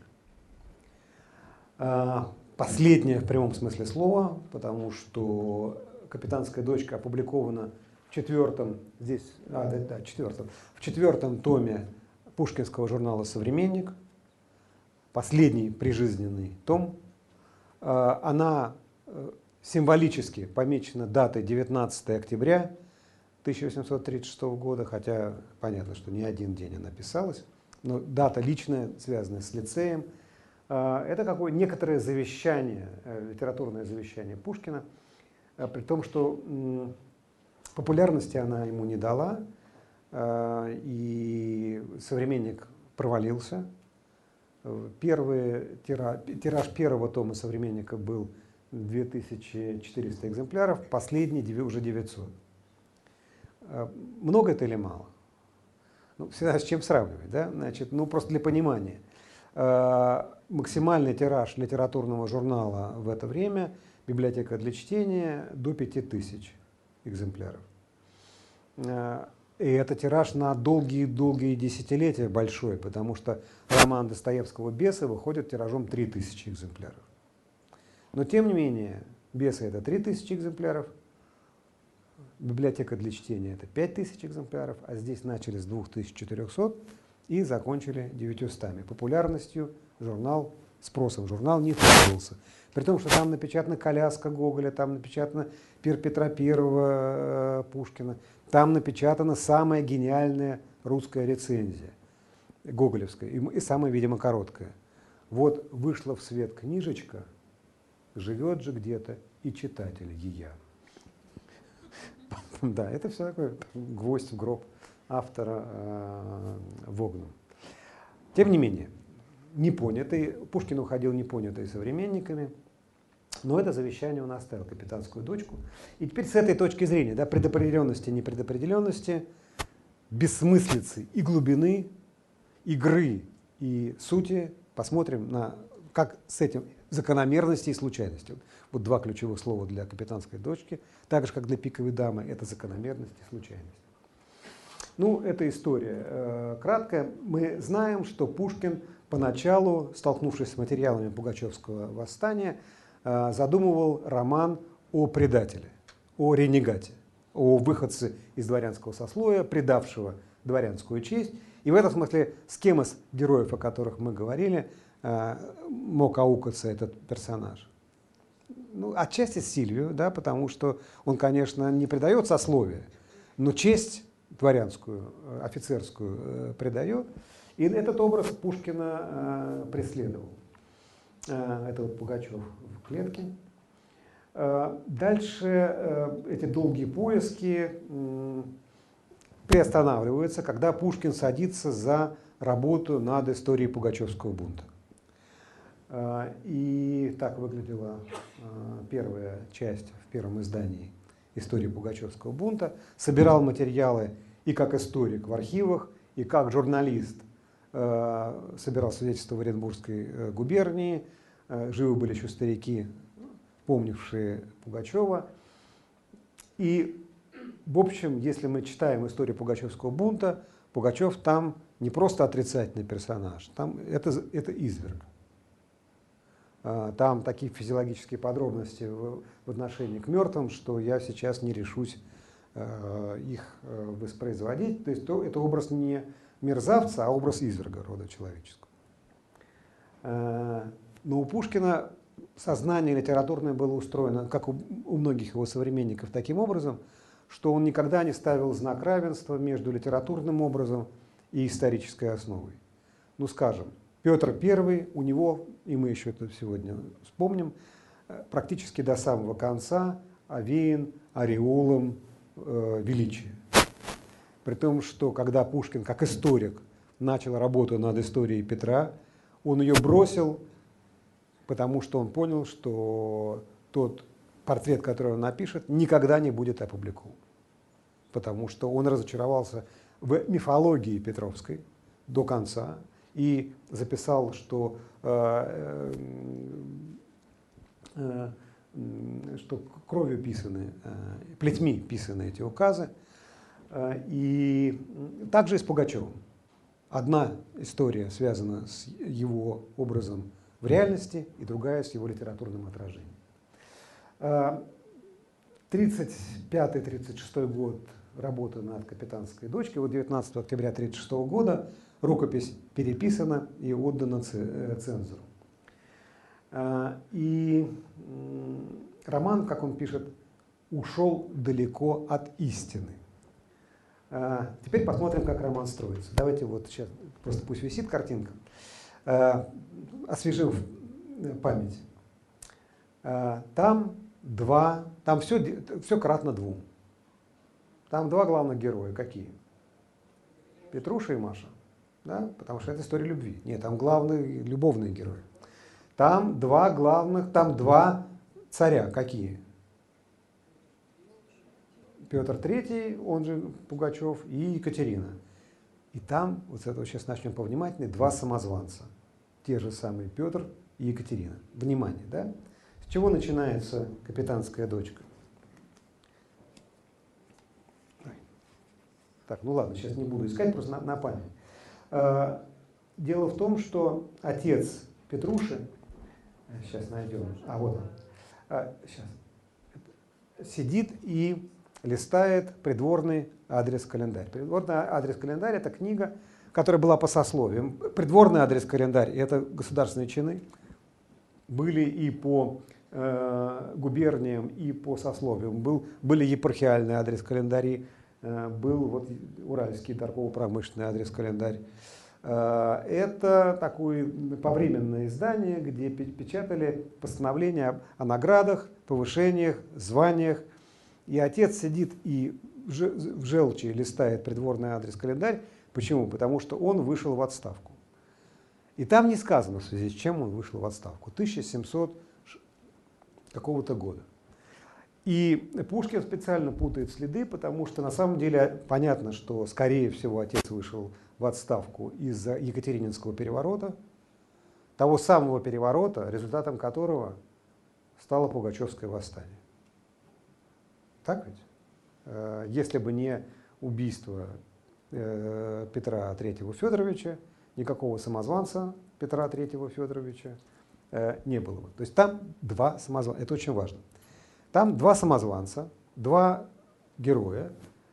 B: Последняя в прямом смысле слова, потому что «Капитанская дочка» опубликована в четвертом, здесь, а, да, да, четвертом, в четвертом томе пушкинского журнала «Современник», последний прижизненный том. Она символически помечена датой девятнадцатое октября тысяча восемьсот тридцать шестого года, хотя понятно, что не один день она писалась, но дата личная, связанная с лицеем. Это какое некоторое завещание, литературное завещание Пушкина, при том, что популярности она ему не дала, и «Современник» провалился. Первый тираж, тираж первого тома «Современника» был две тысячи четыреста экземпляров, последний уже девятьсот. Много это или мало? Ну, всегда с чем сравнивать, да? Значит, ну, просто для понимания. Максимальный тираж литературного журнала в это время, библиотека для чтения, до пяти тысяч экземпляров. И это тираж на долгие-долгие десятилетия большой, потому что роман Достоевского «Бесы» выходит тиражом три тысячи экземпляров. Но тем не менее, «Бесы» — это три тысячи экземпляров, библиотека для чтения — это пять тысяч экземпляров, а здесь начали с двух тысяч четырехсот и закончили девятьюстами. Популярностью журнал, спросом журнал не пользовался. При том, что там напечатана «Коляска» Гоголя, там напечатана «Пир Петра Первого» Пушкина, там напечатана самая гениальная русская рецензия, гоголевская, и самая, видимо, короткая. Вот вышла в свет книжечка, живет же где-то и читатель ее. Да, это все такое гвоздь в гроб автора Вогну. Тем не менее, непонятый, Пушкин уходил непонятый современниками, но это завещание он оставил, «Капитанскую дочку». И теперь с этой точки зрения, да, предопределенности, непредопределенности, бессмыслицы и глубины, игры и сути, посмотрим на, как с этим, закономерности и случайности. Вот два ключевых слова для «Капитанской дочки», так же, как для «Пиковой дамы», это закономерность и случайность. Ну, это история э, краткая. Мы знаем, что Пушкин поначалу, столкнувшись с материалами Пугачевского восстания, э, задумывал роман о предателе, о ренегате, о выходце из дворянского сословия, предавшего дворянскую честь. И в этом смысле с кем из героев, о которых мы говорили, э, мог аукаться этот персонаж? Ну, отчасти Сильвию, да, потому что он, конечно, не предает сословие, но честь дворянскую, офицерскую предает. И этот образ Пушкина э, преследовал. Э, это вот Пугачев в клетке. Э, дальше э, эти долгие поиски э, приостанавливаются, когда Пушкин садится за работу над историей Пугачевского бунта. Э, и так выглядела э, первая часть в первом издании истории Пугачевского бунта, собирал материалы и как историк в архивах, и как журналист э, собирал свидетельства в Оренбургской э, губернии. Э, живы были еще старики, помнившие Пугачева. И, в общем, если мы читаем историю Пугачевского бунта, Пугачев там не просто отрицательный персонаж, там это, это изверг. Там такие физиологические подробности в, в отношении к мертвым, что я сейчас не решусь э, их э, воспроизводить. То есть то, это образ не мерзавца, а образ изверга рода человеческого. Э, но у Пушкина сознание литературное было устроено, как у, у многих его современников, таким образом, что он никогда не ставил знак равенства между литературным образом и исторической основой. Ну, скажем, Петр Первый, у него, и мы еще это сегодня вспомним, практически до самого конца овеян ореолом э, величия. При том, что когда Пушкин, как историк, начал работу над историей Петра, он ее бросил, потому что он понял, что тот портрет, который он напишет, никогда не будет опубликован. Потому что он разочаровался в мифологии Петровской до конца и записал, что, э, э, э, что кровью писаны, э, плетьми писаны эти указы. Э, и также и с Пугачевым. Одна история связана с его образом в реальности, и другая с его литературным отражением. тридцать пятый — тридцать шестой год работы над «Капитанской дочкой». Вот девятнадцатого октября тысяча девятьсот тридцать шестого года рукопись переписана и отдана цензору. И роман, как он пишет, ушел далеко от истины. Теперь посмотрим, как роман строится. Давайте вот сейчас, просто пусть висит картинка. Освежив память. Там два, там все, все кратно двум. Там два главных героя. Какие? Петруша и Маша. Да? Потому что это история любви. Нет, там главные любовные герои. Там два главных, там два царя. Какие? Петр Третий, он же Пугачев, и Екатерина. И там, вот с этого сейчас начнем повнимательнее, два самозванца. Те же самые Петр и Екатерина. Внимание, да? С чего начинается «Капитанская дочка»? Так, ну ладно, сейчас не буду искать, просто на, на память. Дело в том, что отец Петруши, сейчас найдем, а вот он, сейчас, сидит и листает придворный адрес-календарь. Придворный адрес-календарь — это книга, которая была по сословиям. Придворный адрес-календарь — это государственные чины. Были и по э, губерниям, и по сословиям. Был, были епархиальные адрес-календари, э, был вот уральский торгово-промышленный адрес-календарь. Э, это такое повременное издание, где печатали постановления о наградах, повышениях, званиях. И отец сидит и в желчи листает придворный адрес-календарь. Почему? Потому что он вышел в отставку. И там не сказано, в связи с чем он вышел в отставку. тысяча семьсот какого-то года. И Пушкин специально путает следы, потому что на самом деле понятно, что, скорее всего, отец вышел в отставку из-за Екатерининского переворота, того самого переворота, результатом которого стало Пугачевское восстание. Так ведь? Если бы не убийство Петра Третьего Федоровича, никакого самозванца Петра Третьего Федоровича не было бы. То есть там два самозванца, это очень важно. Там два самозванца, два героя,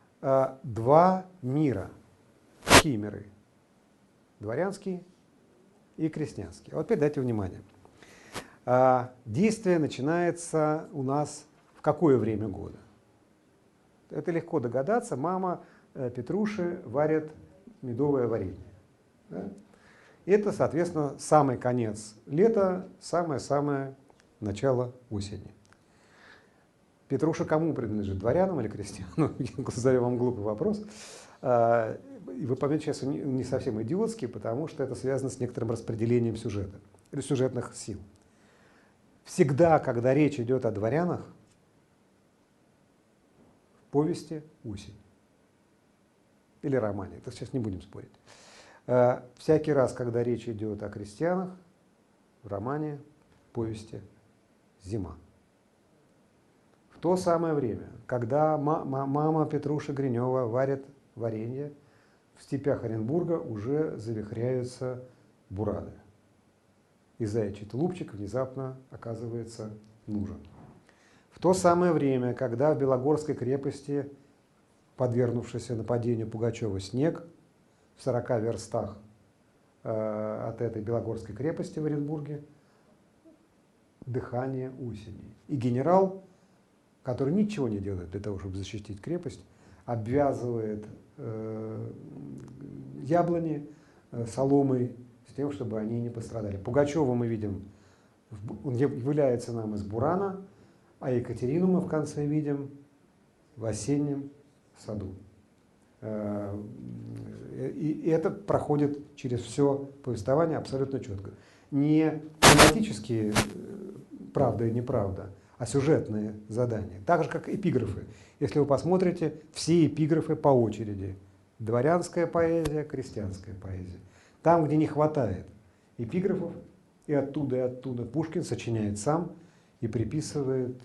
B: два мира. Какие миры? Дворянский и крестьянский. А вот опять дайте внимание. Действие начинается у нас в какое время года? Это легко догадаться. Мама Петруши варит медовое варенье. Да? Это, соответственно, самый конец лета, самое-самое начало осени. Петруша кому принадлежит? Дворянам или крестьянам? Я задаю вам глупый вопрос. И вы поймете, сейчас он не совсем идиотский, потому что это связано с некоторым распределением сюжета, или сюжетных сил. Всегда, когда речь идет о дворянах, повести «Усень». Или романе, это сейчас не будем спорить. Э, всякий раз, когда речь идет о крестьянах, в романе, повести «Зима». В то самое время, когда мама Петруши Гринева варит варенье, в степях Оренбурга уже завихряются бураны. И заячий тулупчик внезапно оказывается нужен. В то самое время, когда в Белогорской крепости, подвергнувшейся нападению Пугачева, снег, в сорока верстах э, от этой Белогорской крепости в Оренбурге, дыхание осени. И генерал, который ничего не делает для того, чтобы защитить крепость, обвязывает э, яблони э, соломой с тем, чтобы они не пострадали. Пугачева мы видим, он является нам из бурана, а Екатерину мы в конце видим в осеннем саду. Э, и это проходит через все повествование абсолютно четко. Не тематические правда и неправда, а сюжетные задания. Так же, как эпиграфы. Если вы посмотрите, все эпиграфы по очереди. Дворянская поэзия, крестьянская поэзия. Там, где не хватает эпиграфов, и оттуда, и оттуда Пушкин сочиняет сам и приписывает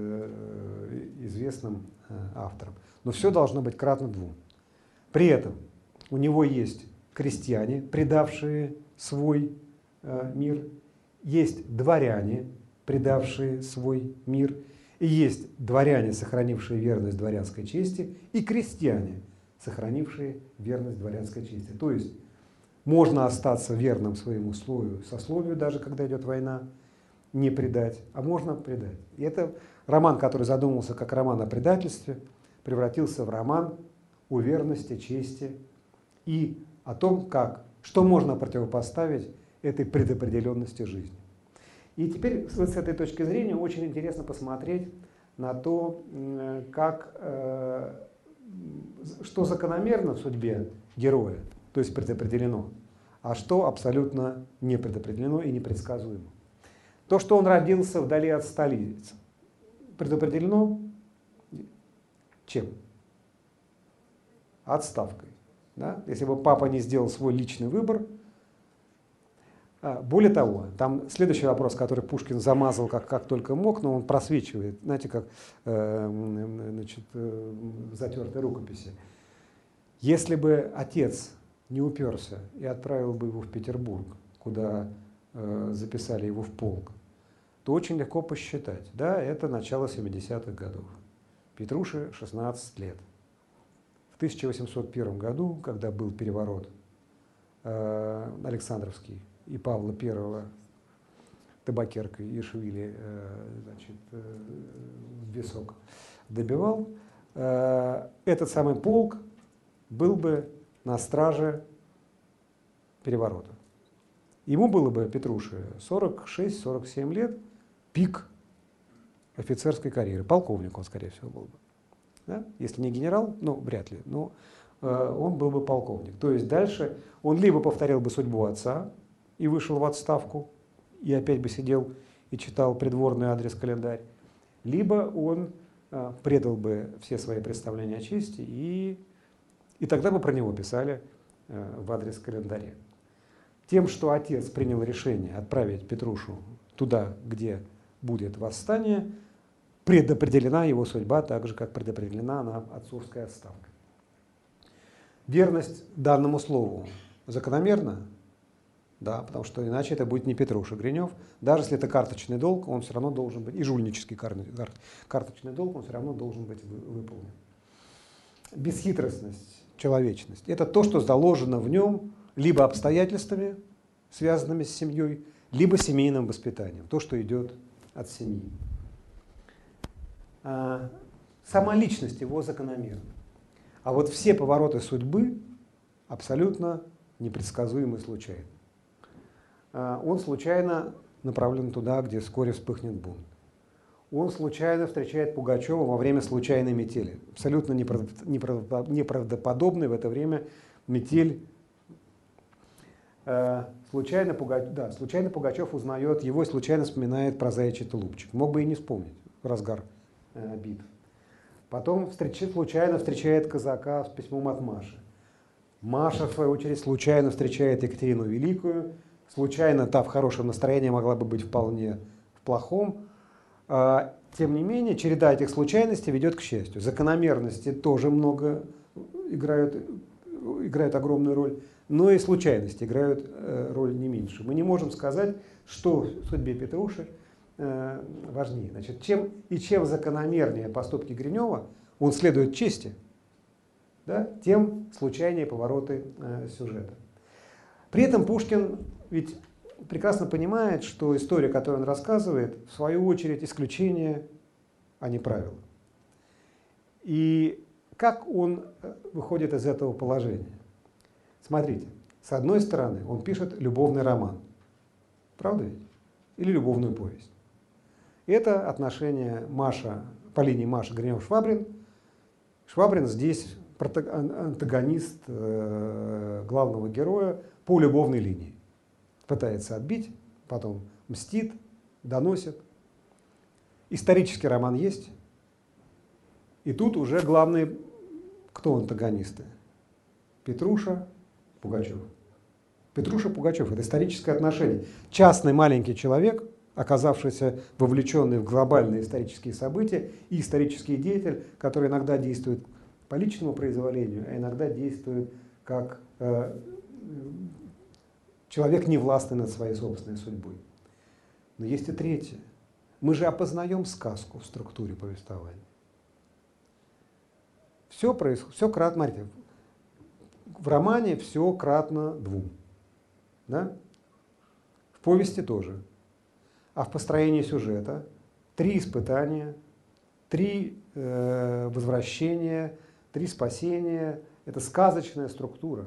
B: э, известным э, авторам. Но все должно быть кратно двум. При этом у него есть крестьяне, предавшие свой э, мир, есть дворяне, предавшие свой мир, и есть дворяне, сохранившие верность дворянской чести, и крестьяне, сохранившие верность дворянской чести. То есть можно остаться верным своему слою, сословию, даже когда идет война, не предать, а можно предать. И это роман, который задумывался как роман о предательстве, превратился в роман о верности, чести и о том, как, что можно противопоставить этой предопределенности жизни. И теперь вот с этой точки зрения очень интересно посмотреть на то, как, что закономерно в судьбе героя, то есть предопределено, а что абсолютно не предопределено и непредсказуемо. То, что он родился вдали от столицы, предопределено чем? Отставкой. Да? Если бы папа не сделал свой личный выбор. Более того, там следующий вопрос, который Пушкин замазал как, как только мог, но он просвечивает, знаете, как э, значит, э, в затертой рукописи. Если бы отец не уперся и отправил бы его в Петербург, куда э, записали его в полк, то очень легко посчитать. Да, это начало семидесятых годов. Петруше шестнадцать лет. В тысяча восемьсот первом году, когда был переворот э, Александровский, и Павла Первого табакеркой Ишвили значит, в висок добивал, этот самый полк был бы на страже переворота. Ему было бы, Петруше, сорок шесть — сорок семь лет, пик офицерской карьеры. Полковник он, скорее всего, был бы. Да? Если не генерал, ну, вряд ли, но он был бы полковник. То есть дальше он либо повторил бы судьбу отца, и вышел в отставку, и опять бы сидел и читал придворный адрес-календарь, либо он а, предал бы все свои представления о чести, и, и тогда бы про него писали а, в адрес-календаре. Тем, что отец принял решение отправить Петрушу туда, где будет восстание, предопределена его судьба, так же, как предопределена она отцовской отставкой. Верность данному слову закономерна? Да, потому что иначе это будет не Петруша Гринев. Даже если это карточный долг, он все равно должен быть, и жульнический карточный долг, он все равно должен быть выполнен. Бесхитростность, человечность – это то, что заложено в нем либо обстоятельствами, связанными с семьей, либо семейным воспитанием, то, что идет от семьи. А, сама личность его закономерна. А вот все повороты судьбы абсолютно непредсказуемы и случайны. Он случайно направлен туда, где вскоре вспыхнет бунт. Он случайно встречает Пугачева во время случайной метели. Абсолютно неправдоподобной в это время метель. Случайно, Пугач... да, случайно Пугачев узнает его и случайно вспоминает про заячий тулупчик. Мог бы и не вспомнить в разгар битв. Потом встреч... случайно встречает казака с письмом от Маши. Маша, в свою очередь, случайно встречает Екатерину Великую. Случайно та в хорошем настроении могла бы быть вполне в плохом. Тем не менее, череда этих случайностей ведет к счастью. Закономерности тоже много играют, играют огромную роль, но и случайности играют роль не меньше. Мы не можем сказать, что в судьбе Петруши важнее. Значит, чем, и чем закономернее поступки Гринева, он следует чести, да, тем случайнее повороты э, сюжета. При этом Пушкин ведь прекрасно понимает, что история, которую он рассказывает, в свою очередь исключение, а не правило. И как он выходит из этого положения? Смотрите, с одной стороны, он пишет любовный роман. Правда ведь? Или любовную повесть. Это отношение Маша, по линии Маша Гринев-Швабрин. Швабрин здесь антагонист э, главного героя по любовной линии. Пытается отбить, потом мстит, доносит. Исторический роман есть. И тут уже главные, кто антагонисты? Петруша, Пугачев. Петруша, Пугачев – это историческое отношение. Частный маленький человек, оказавшийся вовлеченный в глобальные исторические события, и исторический деятель, который иногда действует по личному произволению, а иногда действует как э, человек, не властный над своей собственной судьбой. Но есть и третье. Мы же опознаем сказку в структуре повествования. Все происходит, все кратно, смотрите, в романе все кратно двум. Да? В повести тоже. А в построении сюжета три испытания, три э, возвращения, три спасения. Это сказочная структура.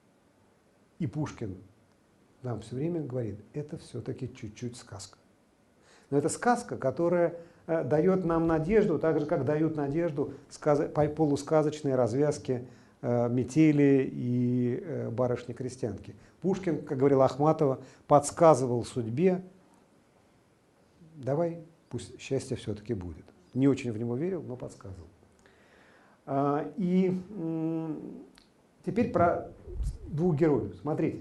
B: И Пушкин нам все время говорит, это все-таки чуть-чуть сказка. Но это сказка, которая э, дает нам надежду, так же, как дают надежду сказ... полусказочные развязки э, «Метели» и э, «Барышни-крестьянки». Пушкин, как говорила Ахматова, подсказывал судьбе, давай, пусть счастье все-таки будет. Не очень в него верил, но подсказывал. А, и м, теперь про двух героев. Смотрите.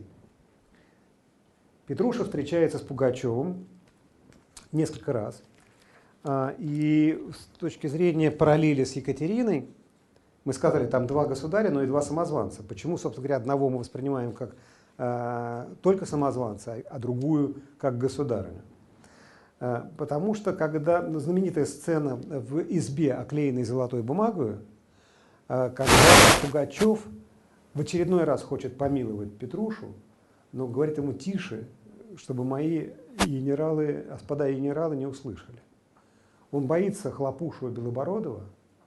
B: Петруша встречается с Пугачевым несколько раз. А, и с точки зрения параллели с Екатериной, мы сказали, там два государя, но и два самозванца. Почему, собственно говоря, одного мы воспринимаем как а, только самозванца, а другую как государыню? А, потому что, когда знаменитая сцена в избе, оклеенной золотой бумагой, а, когда Пугачев в очередной раз хочет помиловать Петрушу, но говорит ему тише, чтобы мои генералы, господа генералы не услышали. Он боится Хлопушу Белобородова,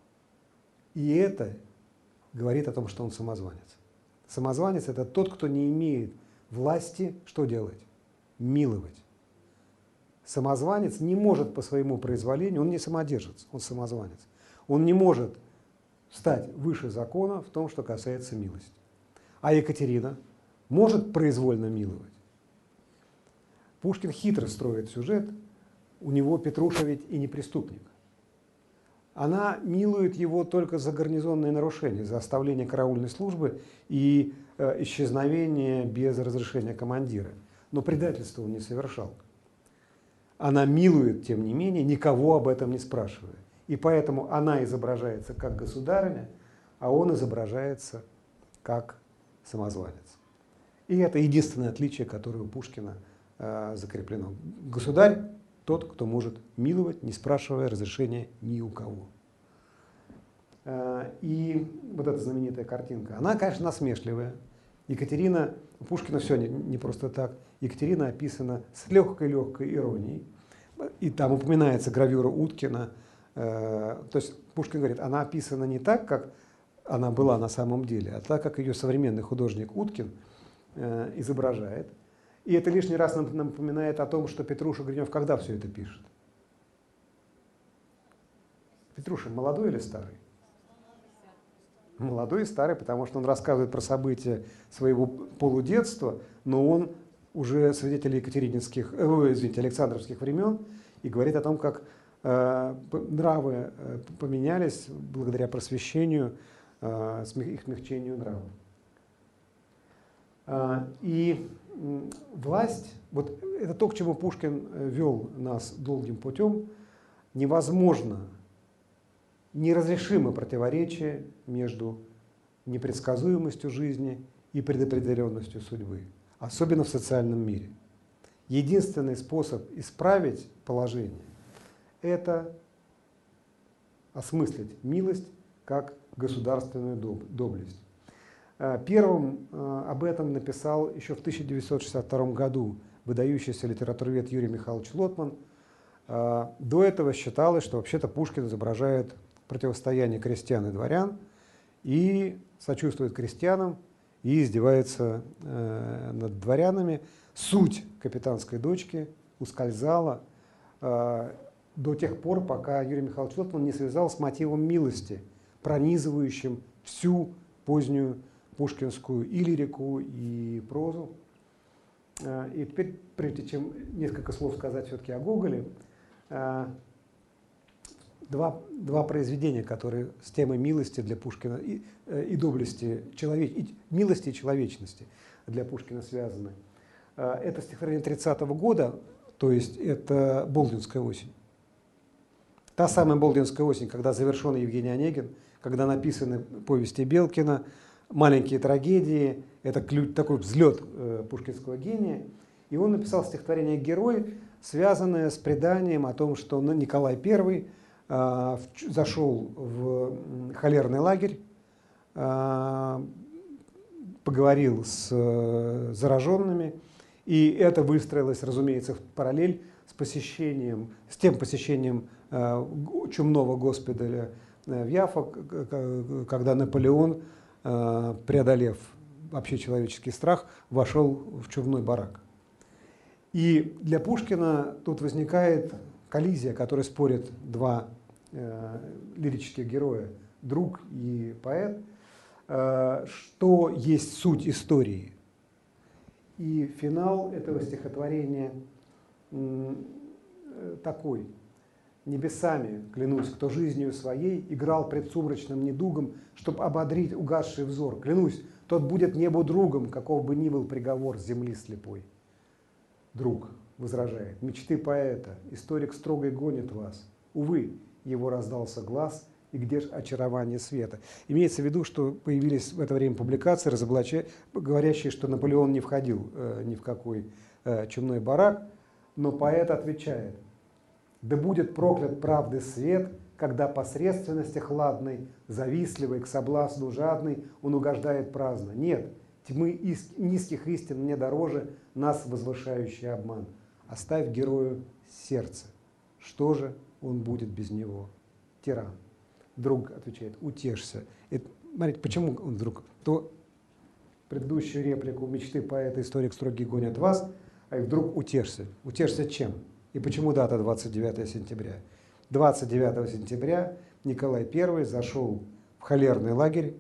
B: и это говорит о том, что он самозванец. Самозванец – это тот, кто не имеет власти что делать? Миловать. Самозванец не может по своему произволению, он не самодержец, он самозванец. Он не может стать выше закона в том, что касается милости. А Екатерина может произвольно миловать. Пушкин хитро строит сюжет, у него Петруша ведь и не преступник. Она милует его только за гарнизонные нарушения, за оставление караульной службы и э, исчезновение без разрешения командира. Но предательства он не совершал. Она милует, тем не менее, никого об этом не спрашивая. И поэтому она изображается как государыня, а он изображается как самозванец. И это единственное отличие, которое у Пушкина э, закреплено. Государь – тот, кто может миловать, не спрашивая разрешения ни у кого. Э, и вот эта знаменитая картинка, она, конечно, насмешливая. Екатерина, у Пушкина все не, не просто так. Екатерина описана с легкой-легкой иронией. И там упоминается гравюра Уткина. Э, то есть Пушкин говорит, она описана не так, как она была на самом деле, а так, как ее современный художник Уткин э, изображает. И это лишний раз нам напоминает о том, что Петруша Гринев когда все это пишет? Петруша молодой или старый? Молодой и старый, потому что он рассказывает про события своего полудетства, но он уже свидетель екатерининских, э, извините, Александровских времен и говорит о том, как э, нравы э, поменялись благодаря просвещению, э, их смягчению нравов. Э, и э, власть, вот это то, к чему Пушкин вел нас долгим путем, невозможно, неразрешимо противоречие между непредсказуемостью жизни и предопределенностью судьбы, особенно в социальном мире. Единственный способ исправить положение – это осмыслить милость как государственную доблесть. Первым об этом написал еще в тысяча девятьсот шестьдесят втором году выдающийся литературовед Юрий Михайлович Лотман. До этого считалось, что вообще-то Пушкин изображает противостояние крестьян и дворян и сочувствует крестьянам и издевается э, над дворянами. Суть «Капитанской дочки» ускользала э, до тех пор, пока Юрий Михайлович Лотман не связал с мотивом милости, пронизывающим всю позднюю пушкинскую и лирику, и прозу. Э, и теперь, прежде чем несколько слов сказать все-таки о Гоголе, э, Два, два произведения, которые с темой милости для Пушкина и, и доблести, человеч, и милости и человечности для Пушкина связаны. Это стихотворение тридцатого года, то есть это «Болдинская осень». Та самая «Болдинская осень», когда завершен Евгений Онегин, когда написаны повести Белкина, маленькие трагедии, это ключ, такой взлет э, пушкинского гения. И он написал стихотворение «Герой», связанное с преданием о том, что Николай Первый зашел в холерный лагерь, поговорил с зараженными, и это выстроилось, разумеется, в параллель с посещением, с тем посещением чумного госпиталя в Яффа, когда Наполеон, преодолев общечеловеческий страх, вошел в чумной барак. И для Пушкина тут возникает коллизия, которой спорят два э, лирических героя, друг и поэт, э, что есть суть истории. И финал этого стихотворения э, такой. «Небесами, клянусь, кто жизнью своей играл пред сумрачным недугом, чтоб ободрить угасший взор. Клянусь, тот будет небу другом, каков бы ни был приговор земли слепой». Друг возражает: «Мечты поэта, историк строгой гонит вас. Увы, его раздался глаз, и где ж очарование света». Имеется в виду, что появились в это время публикации, говорящие, что Наполеон не входил э, ни в какой э, чумной барак, но поэт отвечает: «Да будет проклят правды свет, когда посредственности хладной, завистливой, к соблазну жадной, он угождает праздно. Нет, тьмы из, низких истин мне дороже нас возвышающий обман. Оставь герою сердце. Что же он будет без него? Тиран». Друг отвечает: «Утешься». Это, смотрите, почему он вдруг? То предыдущую реплику «Мечты поэта, историк строгий гонят вас», а и вдруг «утешься». Утешься чем? И почему дата двадцать девятое сентября? двадцать девятого сентября Николай Первый зашел в холерный лагерь,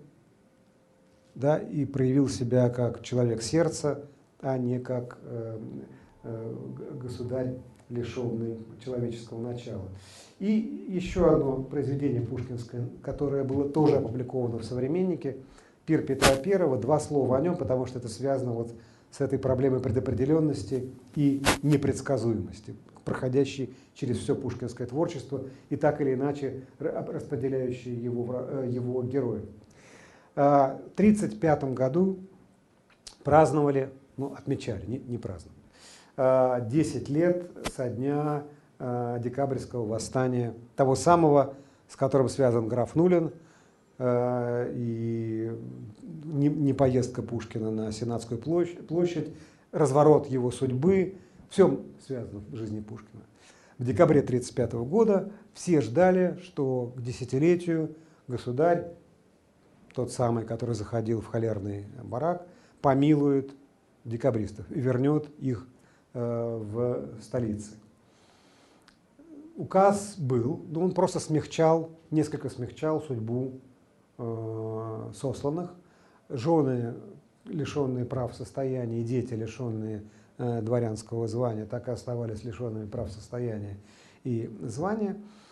B: да, и проявил себя как человек сердца, а не как э, э, государь, лишенный человеческого начала. И еще одно произведение пушкинское, которое было тоже опубликовано в «Современнике», «Пир Петра Первого». Два слова о нем, потому что это связано вот с этой проблемой предопределенности и непредсказуемости, проходящей через все пушкинское творчество и так или иначе распределяющей его, его героев. В тысяча девятьсот тридцать пятом году праздновали, ну, отмечали, не, не праздновали, десять лет со дня декабрьского восстания, того самого, с которым связан граф Нулин, и не, не поездка Пушкина на Сенатскую площадь, разворот его судьбы, все связано в жизни Пушкина. В декабре тысяча девятьсот тридцать пятого года все ждали, что к десятилетию государь, тот самый, который заходил в холерный барак, помилует декабристов и вернет их э, в столице. Указ был, но он просто смягчал, несколько смягчал судьбу э, сосланных. Жены, лишенные прав состояния, и дети, лишенные э, дворянского звания, так и оставались лишенными прав состояния и звания.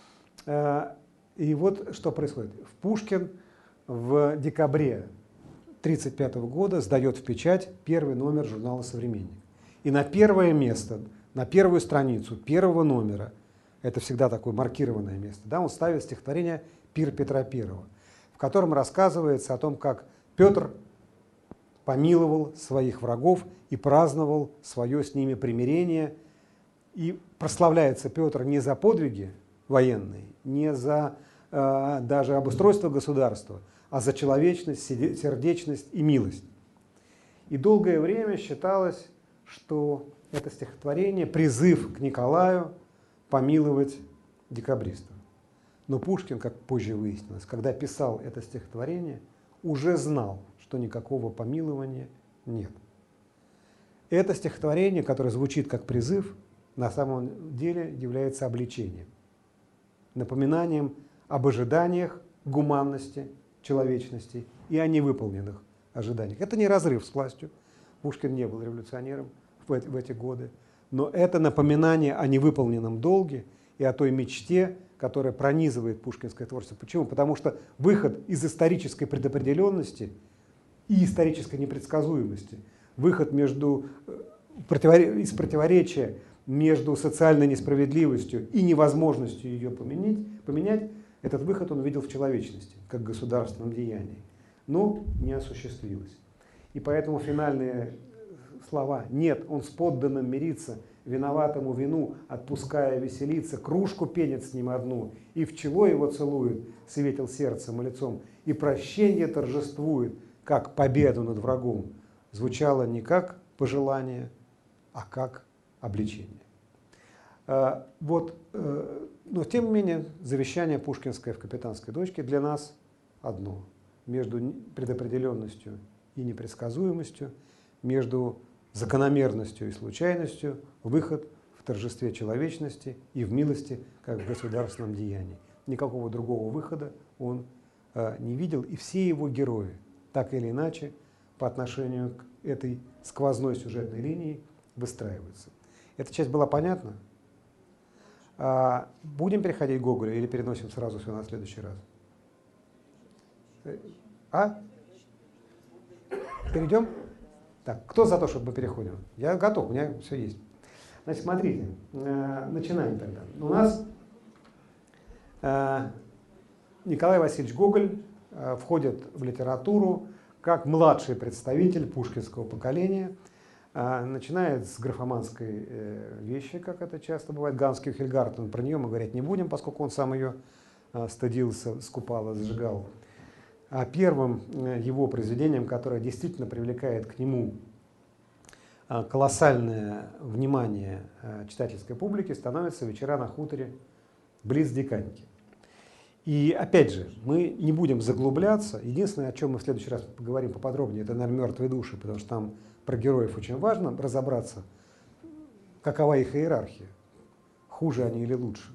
B: И вот что происходит. Пушкин в декабре тысяча девятьсот тридцать пятого года сдает в печать первый номер журнала «Современник». И на первое место, на первую страницу первого номера, это всегда такое маркированное место, да, он ставит стихотворение «Пир Петра Первого», в котором рассказывается о том, как Петр помиловал своих врагов и праздновал свое с ними примирение. И прославляется Петр не за подвиги военные, не за э, даже обустройство государства, а за человечность, сердечность и милость. И долгое время считалось, что это стихотворение – призыв к Николаю помиловать декабристов. Но Пушкин, как позже выяснилось, когда писал это стихотворение, уже знал, что никакого помилования нет. Это стихотворение, которое звучит как призыв, на самом деле является обличением, напоминанием об ожиданиях гуманности, человечности и о невыполненных ожиданиях. Это не разрыв с властью. Пушкин не был революционером в эти, в эти годы, но это напоминание о невыполненном долге и о той мечте, которая пронизывает пушкинское творчество. Почему? Потому что выход из исторической предопределенности и исторической непредсказуемости, выход между, из противоречия между социальной несправедливостью и невозможностью ее поменять, поменять, этот выход он видел в человечности, как государственном деянии, но не осуществилось. И поэтому финальные слова «нет, он с подданным мирится, виноватому вину, отпуская веселиться, кружку пенит с ним одну, и в чело его целует, светил сердцем и лицом, и прощение торжествует, как победу над врагом», звучало не как пожелание, а как обличение. Вот, но тем не менее, завещание пушкинское в «Капитанской дочке» для нас одно. Между предопределенностью и непредсказуемостью, между закономерностью и случайностью, выход в торжестве человечности и в милости, как в государственном деянии. Никакого другого выхода он э, не видел, и все его герои, так или иначе, по отношению к этой сквозной сюжетной линии выстраиваются. Эта часть была понятна? А, будем переходить к Гоголю или переносим сразу все на следующий раз? А? Перейдем? Так, кто за то, чтобы мы переходим? Я готов, у меня все есть. Значит, смотрите, э, начинаем тогда. У нас э, Николай Васильевич Гоголь э, входит в литературу как младший представитель пушкинского поколения, э, начинает с графоманской э, вещи, как это часто бывает, Ганский Хильгартен. Про нее мы говорить не будем, поскольку он сам ее э, стыдился, скупал и сжигал. А первым его произведением, которое действительно привлекает к нему колоссальное внимание читательской публики, становится «Вечера на хуторе близ Диканьки». И опять же, мы не будем заглубляться. Единственное, о чем мы в следующий раз поговорим поподробнее, это, наверное, «Мертвые души», потому что там про героев очень важно разобраться, какова их иерархия, хуже они или лучше.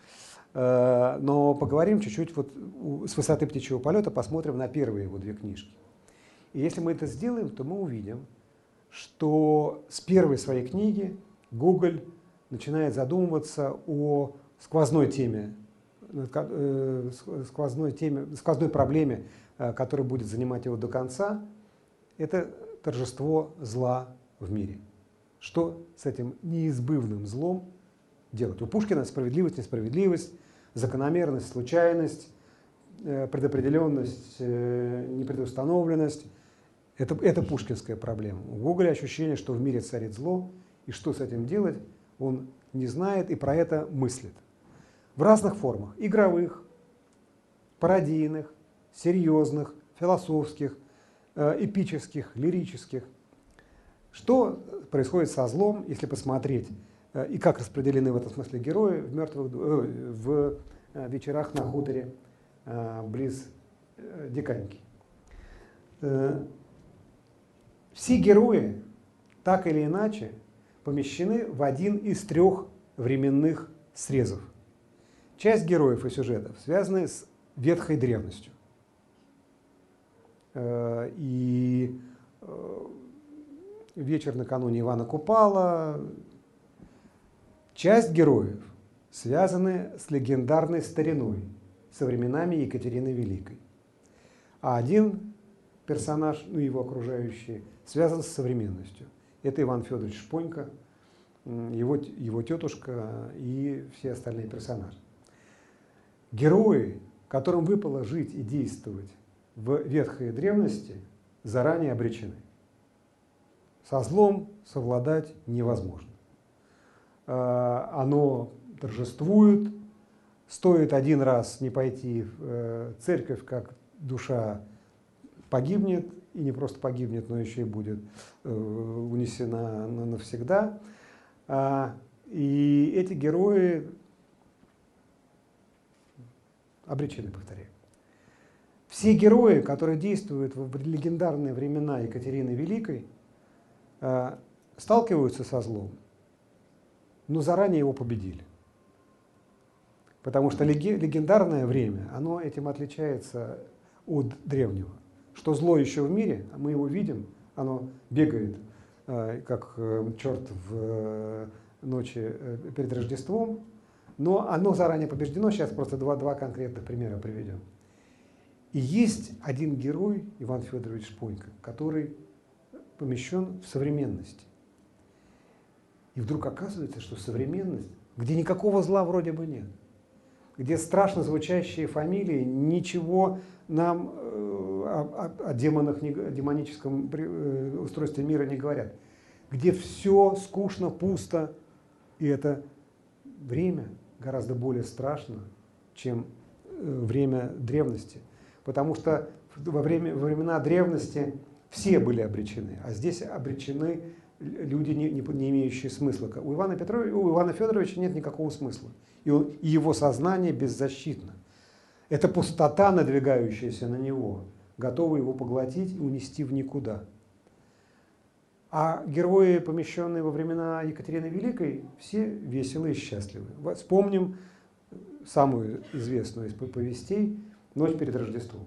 B: Но поговорим чуть-чуть вот с высоты птичьего полета, посмотрим на первые его две книжки. И если мы это сделаем, то мы увидим, что с первой своей книги Гоголь начинает задумываться о сквозной теме, сквозной теме, сквозной проблеме, которая будет занимать его до конца. Это торжество зла в мире. Что с этим неизбывным злом делать? У Пушкина справедливость, несправедливость, закономерность, случайность, предопределенность, непредустановленность. Это, это пушкинская проблема. У Гоголя ощущение, что в мире царит зло, и что с этим делать, он не знает и про это мыслит. В разных формах. Игровых, пародийных, серьезных, философских, эпических, лирических. Что происходит со злом, если посмотреть, и как распределены в этом смысле герои в, мертвых, в вечерах на хуторе близ Диканьки. Все герои, так или иначе, помещены в один из трех временных срезов. Часть героев и сюжетов связаны с ветхой древностью. И вечер накануне Ивана Купала. Часть героев связаны с легендарной стариной, со временами Екатерины Великой. А один персонаж, ну его окружающие, связан с современностью. Это Иван Федорович Шпонька, его, его тетушка и все остальные персонажи. Герои, которым выпало жить и действовать в ветхой древности, заранее обречены. Со злом совладать невозможно. Оно торжествует, стоит один раз не пойти в церковь, как душа погибнет, и не просто погибнет, но еще и будет унесена навсегда. И эти герои обречены, повторяю. Все герои, которые действуют в легендарные времена Екатерины Великой, сталкиваются со злом, но заранее его победили. Потому что легендарное время, оно этим отличается от древнего. Что зло еще в мире, мы его видим, оно бегает, как черт в ночи перед Рождеством, но оно заранее побеждено. Сейчас просто два, два конкретных примера приведем. И есть один герой, Иван Федорович Шпонька, который помещен в современности. И вдруг оказывается, что современность, где никакого зла вроде бы нет, где страшно звучащие фамилии ничего нам о, о, о демонах, о демоническом устройстве мира не говорят, где все скучно, пусто, и это время гораздо более страшно, чем время древности. Потому что во, время, во времена древности все были обречены, а здесь обречены люди, не, не, не имеющие смысла. У Ивана Петровича, у Ивана Федоровича нет никакого смысла, и, он, и его сознание беззащитно. Это пустота, надвигающаяся на него, готова его поглотить и унести в никуда. А герои, помещенные во времена Екатерины Великой, все веселы и счастливы. Вспомним самую известную из повестей «Ночь перед Рождеством»,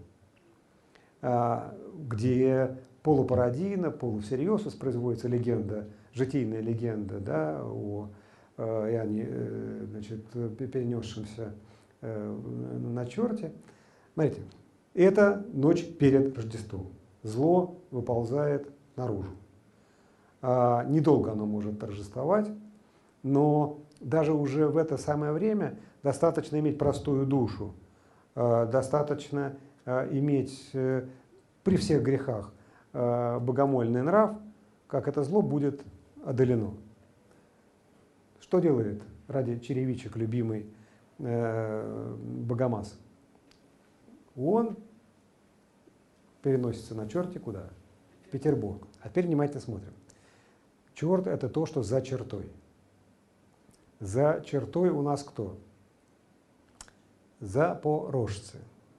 B: где полупародийно, полусерьез воспроизводится легенда, житийная легенда, да, о Иоанне, значит, перенесшемся на черте. Смотрите, это ночь перед Рождеством. Зло выползает наружу. Недолго оно может торжествовать, но даже уже в это самое время достаточно иметь простую душу, достаточно иметь при всех грехах богомольный нрав, как это зло будет одолено. Что делает ради черевичек любимый Богомаз? Он переносится на черте куда? В Петербург. А теперь внимательно смотрим. Черт — это то, что за чертой. За чертой у нас кто? Запорожцы.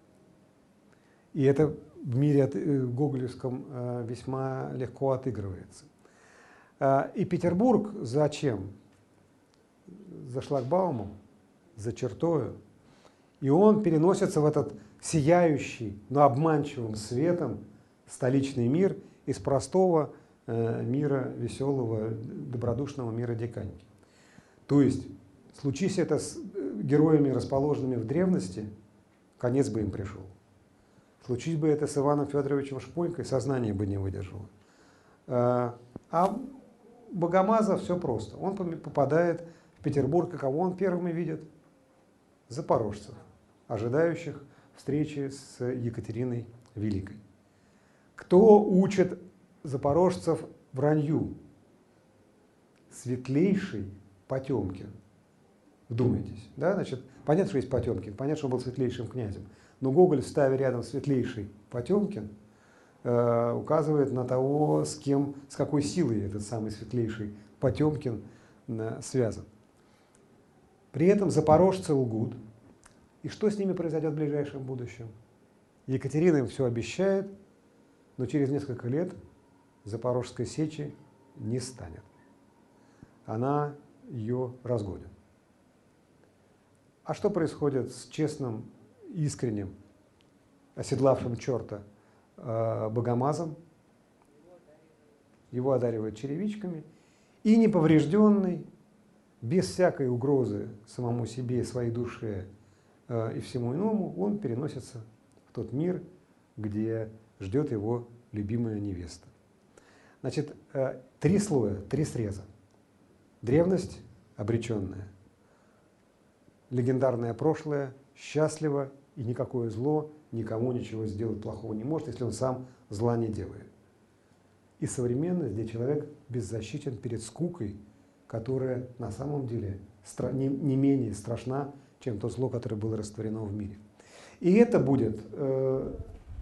B: И это в мире гоголевском весьма легко отыгрывается. И Петербург зачем? За шлагбаумом, за чертою. И он переносится в этот сияющий, но обманчивым светом столичный мир из простого мира, веселого, добродушного мира диканьки. То есть, случись это с героями, расположенными в древности, конец бы им пришел. Случись бы это с Иваном Федоровичем Шпонькой, сознание бы не выдержало. А Богомаза все просто. Он попадает в Петербург, и кого он первыми видит? Запорожцев, ожидающих встречи с Екатериной Великой. Кто учит запорожцев вранью? Светлейший Потемкин. Вдумайтесь, да? Значит, понятно, что есть Потемкин, понятно, что он был светлейшим князем. Но Гоголь, ставя рядом светлейший Потемкин, э, указывает на того, с кем, с какой силой этот самый светлейший Потемкин э, связан. При этом запорожцы лгут. И что с ними произойдет в ближайшем будущем? Екатерина им все обещает, но через несколько лет Запорожской сечи не станет. Она ее разгонит. А что происходит с честным, искренним, оседлавшим черта э, Богомазом? Его одаривают черевичками, и неповрежденный без всякой угрозы самому себе, своей душе э, и всему иному, он переносится в тот мир, где ждет его любимая невеста. Значит, э, три слоя, три среза. Древность обреченная, легендарное прошлое, счастливо, и никакое зло никому ничего сделать плохого не может, если он сам зла не делает. И современность, где человек беззащитен перед скукой, которая на самом деле не, не менее страшна, чем то зло, которое было растворено в мире. И это будет э,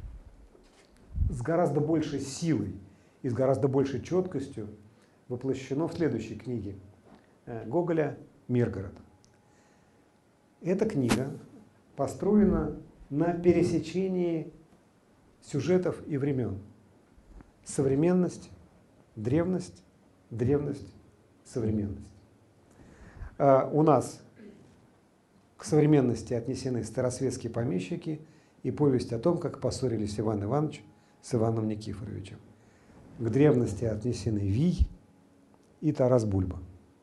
B: с гораздо большей силой и с гораздо большей четкостью воплощено в следующей книге э, Гоголя «Миргород». Эта книга построена на пересечении сюжетов и времен. Современность, древность, древность, современность. А у нас к современности отнесены старосветские помещики и повесть о том, как поссорились Иван Иванович с Иваном Никифоровичем. К древности отнесены Вий и Тарас Бульба.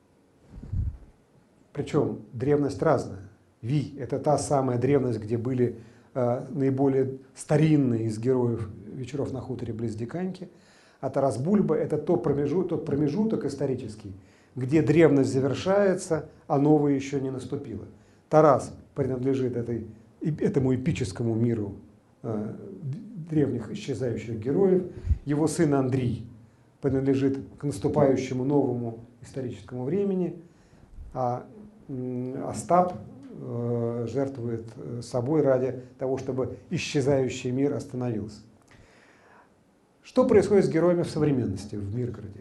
B: Причем древность разная. Вий – это та самая древность, где были э, наиболее старинные из героев «Вечеров на хуторе» близ Диканьки. А Тарас Бульба – это тот промежуток, тот промежуток исторический, где древность завершается, а новое еще не наступило. Тарас принадлежит этой, этому эпическому миру э, древних исчезающих героев. Его сын Андрей принадлежит к наступающему новому историческому времени, а э, Остап э, жертвует собой ради того, чтобы исчезающий мир остановился. Что происходит с героями в современности, в Миргороде?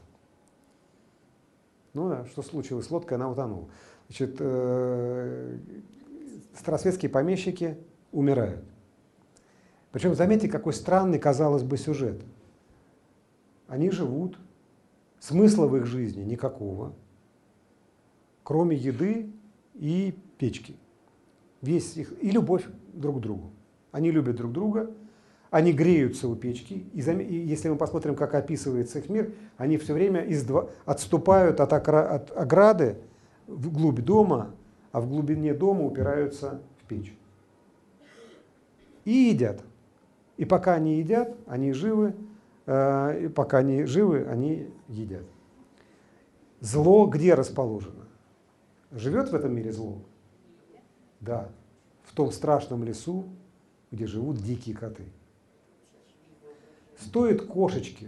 B: Ну да, что случилось с лодкой, она утонула. Значит, э, старосветские помещики умирают. Причем, заметьте, какой странный, казалось бы, сюжет. Они живут, смысла в их жизни никакого, кроме еды и печки. Весь их, и любовь друг к другу. Они любят друг друга, они греются у печки, и, зам... и если мы посмотрим, как описывается их мир, они все время издва... отступают от, окра... от ограды вглубь дома, а в глубине дома упираются в печь. И едят. И пока они едят, они живы, э, и пока они живы, они едят. Зло где расположено? Живет в этом мире зло? Да. В том страшном лесу, где живут дикие коты. Стоит кошечке,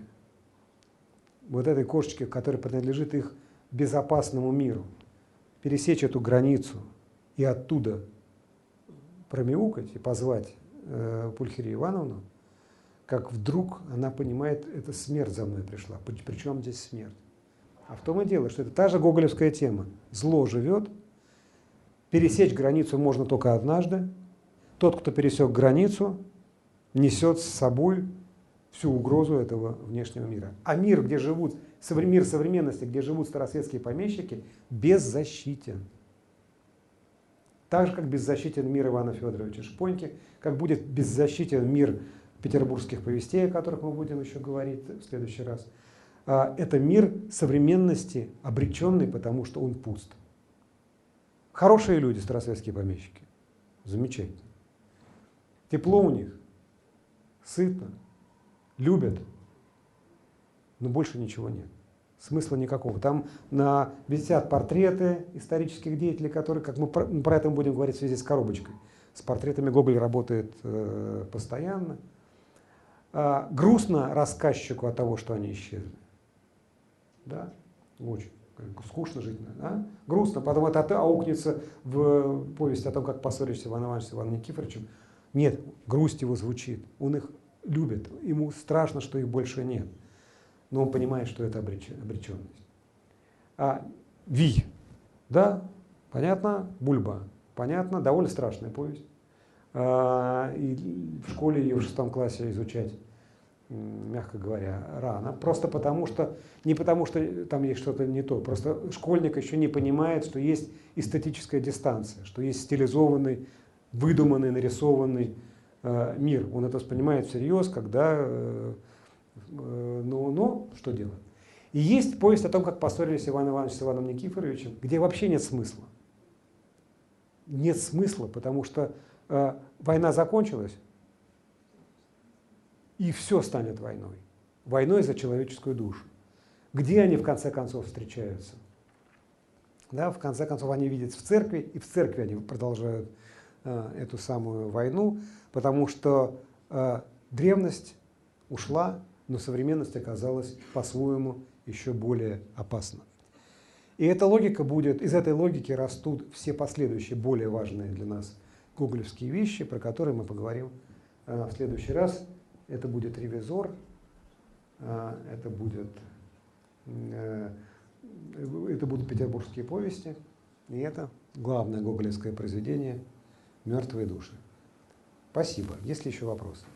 B: вот этой кошечке, которая принадлежит их безопасному миру, пересечь эту границу и оттуда промяукать и позвать э, Пульхерию Ивановну, как вдруг она понимает, это смерть за мной пришла. Причем здесь смерть? А в том и дело, что это та же гоголевская тема. Зло живет, пересечь границу можно только однажды. Тот, кто пересек границу, несет с собой всю угрозу этого внешнего мира. А мир, где живут, мир современности, где живут старосветские помещики, беззащитен. Так же, как беззащитен мир Ивана Федоровича Шпоньки, как будет беззащитен мир петербургских повестей, о которых мы будем еще говорить в следующий раз. Это мир современности, обреченный, потому что он пуст. Хорошие люди, старосветские помещики. Замечательно. Тепло у них, сытно, любят, но больше ничего нет. Смысла никакого. Там на, висят портреты исторических деятелей, которые, как мы про, про это будем говорить в связи с коробочкой. С портретами Гоголь работает э, постоянно. А, грустно рассказчику от того, что они исчезли. Да, очень. Скучно жить, да? Грустно. Потом это аукнется в повесть о том, как поссорился Иван Иванович с Иваном Никифоровичем. Нет, грусть его звучит. Он их любит. Ему страшно, что их больше нет. Но он понимает, что это обреченность. А Вий, да, понятно, Бульба, понятно, довольно страшная повесть. А, и в школе ее в шестом классе изучать, мягко говоря, рано. Просто потому что, не потому что там есть что-то не то, просто школьник еще не понимает, что есть эстетическая дистанция, что есть стилизованный, выдуманный, нарисованный э, мир. Он это воспринимает всерьез, когда, э, э, ну, но что делать? И есть повесть о том, как поссорились Иван Иванович с Иваном Никифоровичем, где вообще нет смысла. Нет смысла, потому что э, война закончилась, и все станет войной. Войной за человеческую душу. Где они в конце концов встречаются? Да, в конце концов они видятся в церкви, и в церкви они продолжают э, эту самую войну, потому что э, древность ушла, но современность оказалась по-своему еще более опасна. И эта логика будет, из этой логики растут все последующие, более важные для нас гоголевские вещи, про которые мы поговорим э, в следующий раз. Это будет «Ревизор», э, это будет, э, это будут петербургские повести, и это главное гоголевское произведение «Мертвые души». Спасибо. Есть ли еще вопросы?